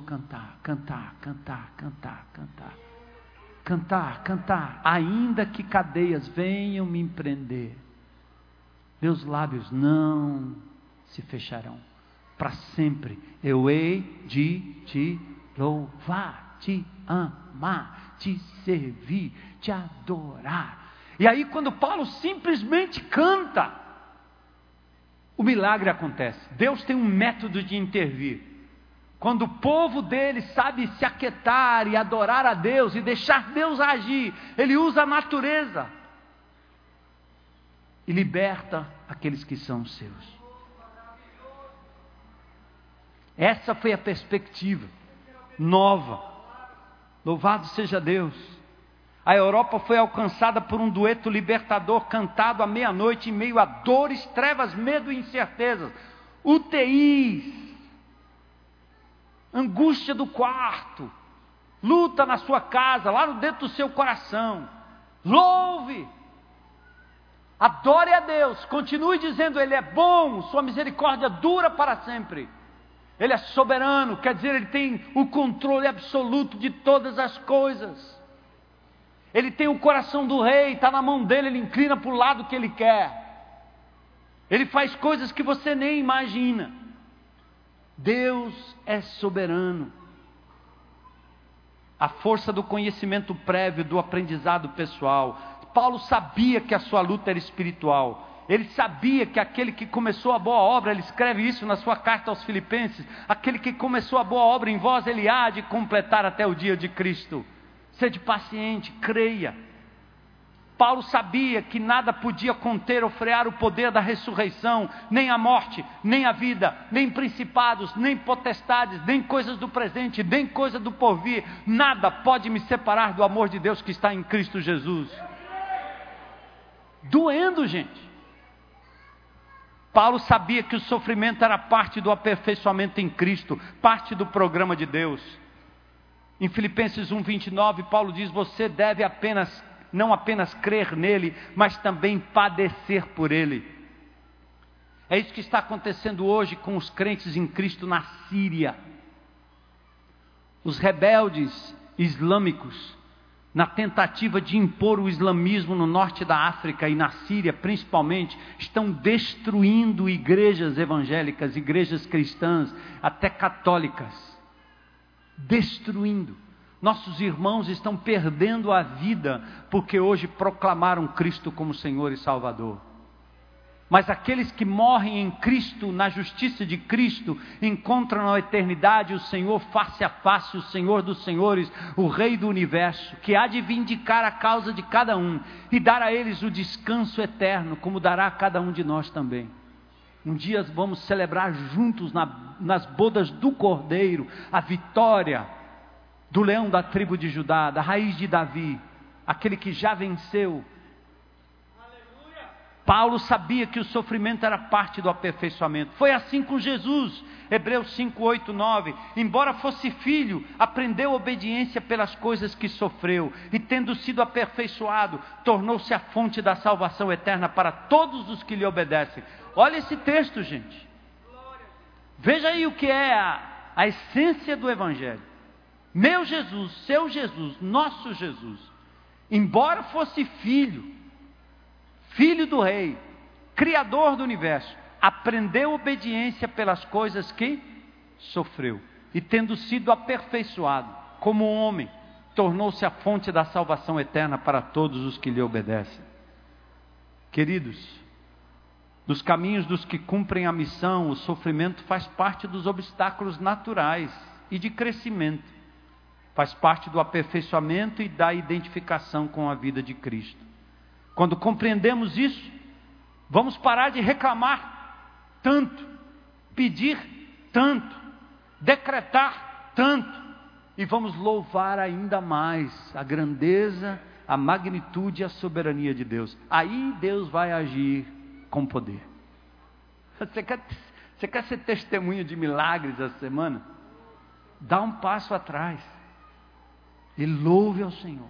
cantar, ainda que cadeias venham me prender, meus lábios não se fecharão, para sempre eu hei de te louvar, te amar, te servir, te adorar. E aí, quando Paulo simplesmente canta, o milagre acontece. Deus tem um método de intervir. Quando o povo dele sabe se aquietar e adorar a Deus e deixar Deus agir, ele usa a natureza e liberta aqueles que são seus. Essa foi a perspectiva nova. Louvado seja Deus. A Europa foi alcançada por um dueto libertador cantado à meia-noite em meio a dores, trevas, medo e incertezas. UTIs, angústia do quarto, luta na sua casa, lá no dentro do seu coração. Louve, adore a Deus, continue dizendo: Ele é bom, sua misericórdia dura para sempre. Ele é soberano, quer dizer, Ele tem o controle absoluto de todas as coisas. Ele tem o coração do rei, está na mão dele, Ele inclina para o lado que Ele quer. Ele faz coisas que você nem imagina. Deus é soberano. A força do conhecimento prévio, do aprendizado pessoal. Paulo sabia que a sua luta era espiritual. Ele sabia que aquele que começou a boa obra, ele escreve isso na sua carta aos Filipenses, aquele que começou a boa obra em vós, ele há de completar até o dia de Cristo. Sede paciente, creia. Paulo sabia que nada podia conter ou frear o poder da ressurreição, nem a morte, nem a vida, nem principados, nem potestades, nem coisas do presente, nem coisa do porvir. Nada pode me separar do amor de Deus que está em Cristo Jesus. Doendo, gente. Paulo sabia que o sofrimento era parte do aperfeiçoamento em Cristo, parte do programa de Deus. Em Filipenses 1:29, Paulo diz: você deve não apenas crer nele, mas também padecer por ele. É isso que está acontecendo hoje com os crentes em Cristo na Síria. Os rebeldes islâmicos, na tentativa de impor o islamismo no norte da África e na Síria principalmente, estão destruindo igrejas evangélicas, igrejas cristãs, até católicas. Destruindo. Nossos irmãos estão perdendo a vida porque hoje proclamaram Cristo como Senhor e Salvador. Mas aqueles que morrem em Cristo, na justiça de Cristo, encontram na eternidade o Senhor face a face, o Senhor dos Senhores, o Rei do Universo, que há de vindicar a causa de cada um e dar a eles o descanso eterno, como dará a cada um de nós também. Um dia vamos celebrar juntos nas bodas do Cordeiro a vitória do leão da tribo de Judá, da raiz de Davi, aquele que já venceu. Paulo sabia que o sofrimento era parte do aperfeiçoamento. Foi assim com Jesus. Hebreus 5, 8, 9. Embora fosse filho, aprendeu obediência pelas coisas que sofreu. E tendo sido aperfeiçoado, tornou-se a fonte da salvação eterna para todos os que lhe obedecem. Olha esse texto, gente. Veja aí o que é a essência do Evangelho. Meu Jesus, seu Jesus, nosso Jesus. Embora fosse filho do rei, criador do universo, aprendeu obediência pelas coisas que sofreu. E tendo sido aperfeiçoado como homem, tornou-se a fonte da salvação eterna para todos os que lhe obedecem. Queridos, dos caminhos dos que cumprem a missão, o sofrimento faz parte dos obstáculos naturais e de crescimento. Faz parte do aperfeiçoamento e da identificação com a vida de Cristo. Quando compreendemos isso, vamos parar de reclamar tanto, pedir tanto, decretar tanto, e vamos louvar ainda mais a grandeza, a magnitude e a soberania de Deus. Aí Deus vai agir com poder. Você quer ser testemunha de milagres essa semana? Dá um passo atrás e louve ao Senhor,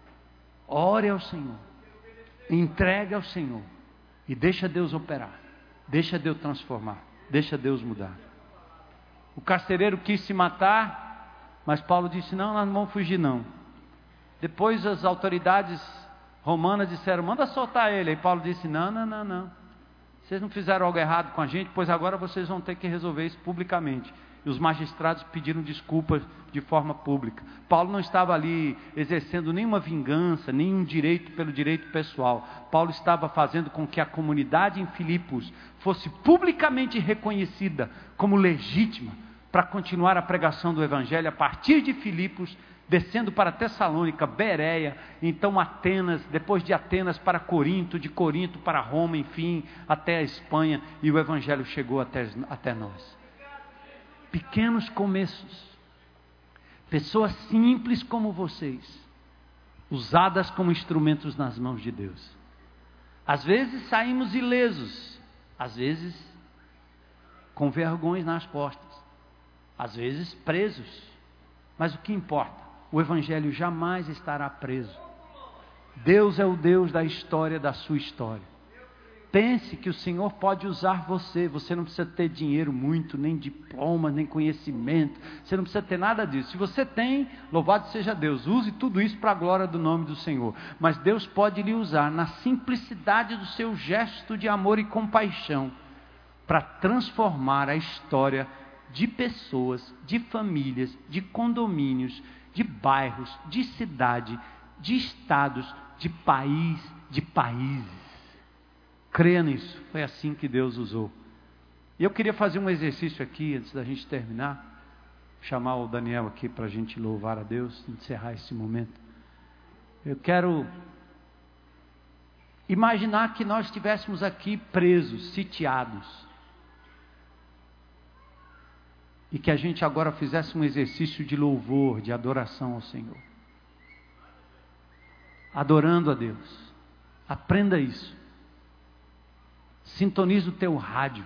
ore ao Senhor, entregue ao Senhor e deixa Deus operar, deixa Deus transformar, deixa Deus mudar. O carcereiro quis se matar, mas Paulo disse: não, nós não vamos fugir não. Depois as autoridades romanas disseram: manda soltar ele. Aí Paulo disse: não, vocês não fizeram algo errado com a gente, pois agora vocês vão ter que resolver isso publicamente. E os magistrados pediram desculpas de forma pública. Paulo não estava ali exercendo nenhuma vingança, nenhum direito pelo direito pessoal. Paulo estava fazendo com que a comunidade em Filipos fosse publicamente reconhecida como legítima para continuar a pregação do Evangelho a partir de Filipos, descendo para Tessalônica, Bereia, então Atenas, depois de Atenas para Corinto, de Corinto para Roma, enfim, até a Espanha, e o Evangelho chegou até nós. Pequenos começos, pessoas simples como vocês, usadas como instrumentos nas mãos de Deus. Às vezes saímos ilesos, às vezes com vergonhas nas costas, às vezes presos, mas o que importa? O Evangelho jamais estará preso. Deus é o Deus da história, da sua história. Pense que o Senhor pode usar você. Você não precisa ter dinheiro muito, nem diploma, nem conhecimento. Você não precisa ter nada disso. Se você tem, louvado seja Deus. Use tudo isso para a glória do nome do Senhor. Mas Deus pode lhe usar na simplicidade do seu gesto de amor e compaixão para transformar a história de pessoas, de famílias, de condomínios, de bairros, de cidade, de estados, de país, de países. Creia nisso, foi assim que Deus usou. E eu queria fazer um exercício aqui, antes da gente terminar, chamar o Daniel aqui para a gente louvar a Deus, encerrar esse momento. Eu quero imaginar que nós estivéssemos aqui presos, sitiados, e que a gente agora fizesse um exercício de louvor, de adoração ao Senhor. Adorando a Deus. Aprenda isso. Sintoniza o teu rádio.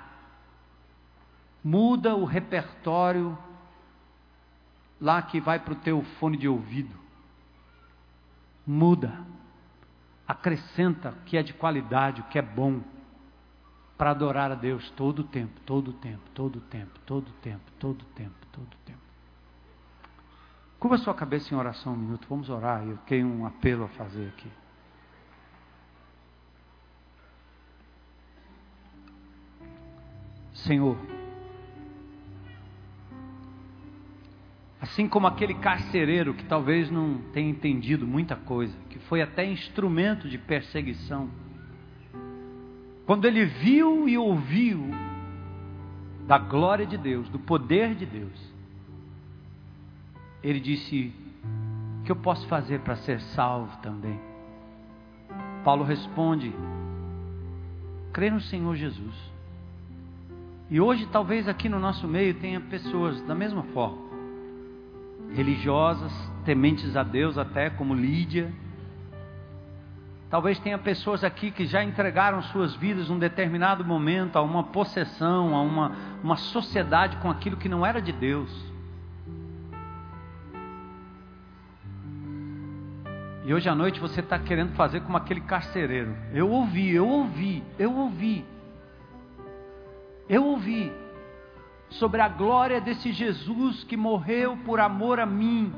Muda o repertório lá que vai para o teu fone de ouvido. Muda. Acrescenta o que é de qualidade, o que é bom, para adorar a Deus todo o tempo, todo o tempo, todo o tempo, todo o tempo, todo o tempo, todo o tempo. Curva sua cabeça em oração um minuto, vamos orar. Eu tenho um apelo a fazer aqui. Senhor, assim como aquele carcereiro que talvez não tenha entendido muita coisa, que foi até instrumento de perseguição, quando ele viu e ouviu da glória de Deus, do poder de Deus, ele disse: o que eu posso fazer para ser salvo também? Paulo responde: crê no Senhor Jesus. E hoje talvez aqui no nosso meio tenha pessoas da mesma forma, religiosas, tementes a Deus até, como Lídia, Talvez tenha pessoas aqui que já entregaram suas vidas num determinado momento a uma possessão, a uma sociedade com aquilo que não era de Deus. E hoje à noite você está querendo fazer como aquele carcereiro. Eu ouvi sobre a glória desse Jesus que morreu por amor a mim.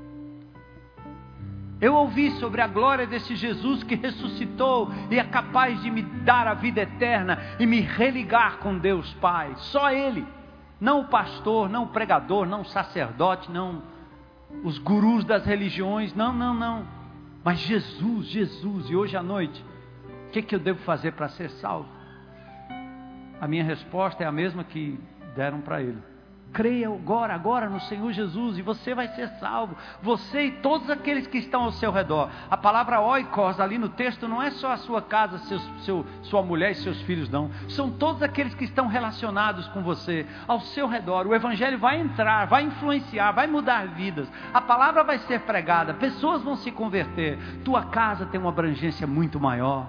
Eu ouvi sobre a glória desse Jesus que ressuscitou e é capaz de me dar a vida eterna e me religar com Deus Pai. Só Ele, não o pastor, não o pregador, não o sacerdote, não os gurus das religiões, não. Mas Jesus. E hoje à noite, o que eu devo fazer para ser salvo? A minha resposta é a mesma que deram para ele. Creia agora no Senhor Jesus e você vai ser salvo. Você e todos aqueles que estão ao seu redor. A palavra oikos ali no texto não é só a sua casa, sua mulher e seus filhos não. São todos aqueles que estão relacionados com você, ao seu redor. O evangelho vai entrar, vai influenciar, vai mudar vidas. A palavra vai ser pregada, pessoas vão se converter. Tua casa tem uma abrangência muito maior.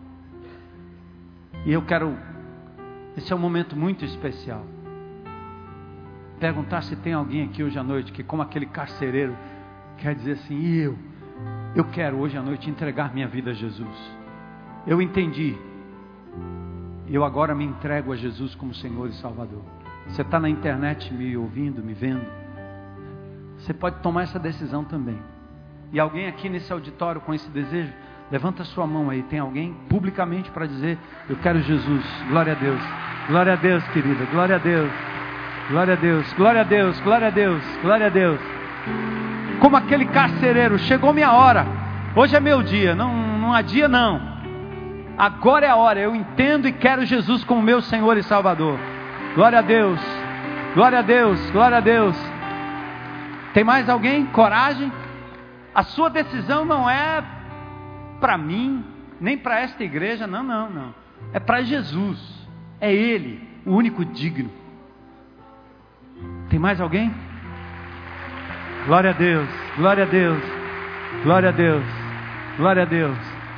E eu quero, esse é um momento muito especial, perguntar se tem alguém aqui hoje à noite que, como aquele carcereiro, quer dizer assim: eu quero hoje à noite entregar minha vida a Jesus. Eu entendi, eu agora me entrego a Jesus como Senhor e Salvador. Você está na internet me ouvindo, me vendo, você pode tomar essa decisão também. E alguém aqui nesse auditório com esse desejo, levanta sua mão aí. Tem alguém publicamente para dizer: eu quero Jesus? Glória a Deus, glória a Deus, querida, glória a Deus. Glória a Deus, glória a Deus, glória a Deus, glória a Deus. Como aquele carcereiro, chegou minha hora. Hoje é meu dia, não há dia não. Agora é a hora, eu entendo e quero Jesus como meu Senhor e Salvador. Glória a Deus, glória a Deus, glória a Deus. Tem mais alguém? Coragem? A sua decisão não é para mim, nem para esta igreja, não. É para Jesus, é Ele, o único digno. Tem mais alguém? Glória a Deus, glória a Deus, glória a Deus, glória a Deus.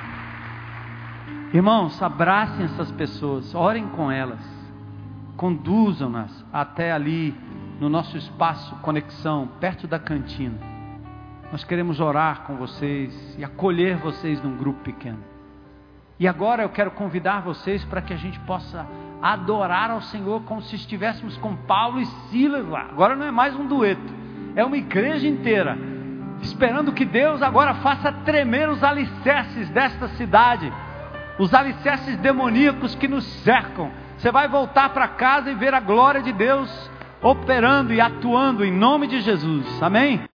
Irmãos, abracem essas pessoas, orem com elas, conduzam-nas até ali no nosso espaço Conexão, perto da cantina. Nós queremos orar com vocês e acolher vocês num grupo pequeno. E agora eu quero convidar vocês para que a gente possa adorar ao Senhor como se estivéssemos com Paulo e Silas lá. Agora não é mais um dueto, é uma igreja inteira, esperando que Deus agora faça tremer os alicerces desta cidade, os alicerces demoníacos que nos cercam. Você vai voltar para casa e ver a glória de Deus operando e atuando em nome de Jesus, amém?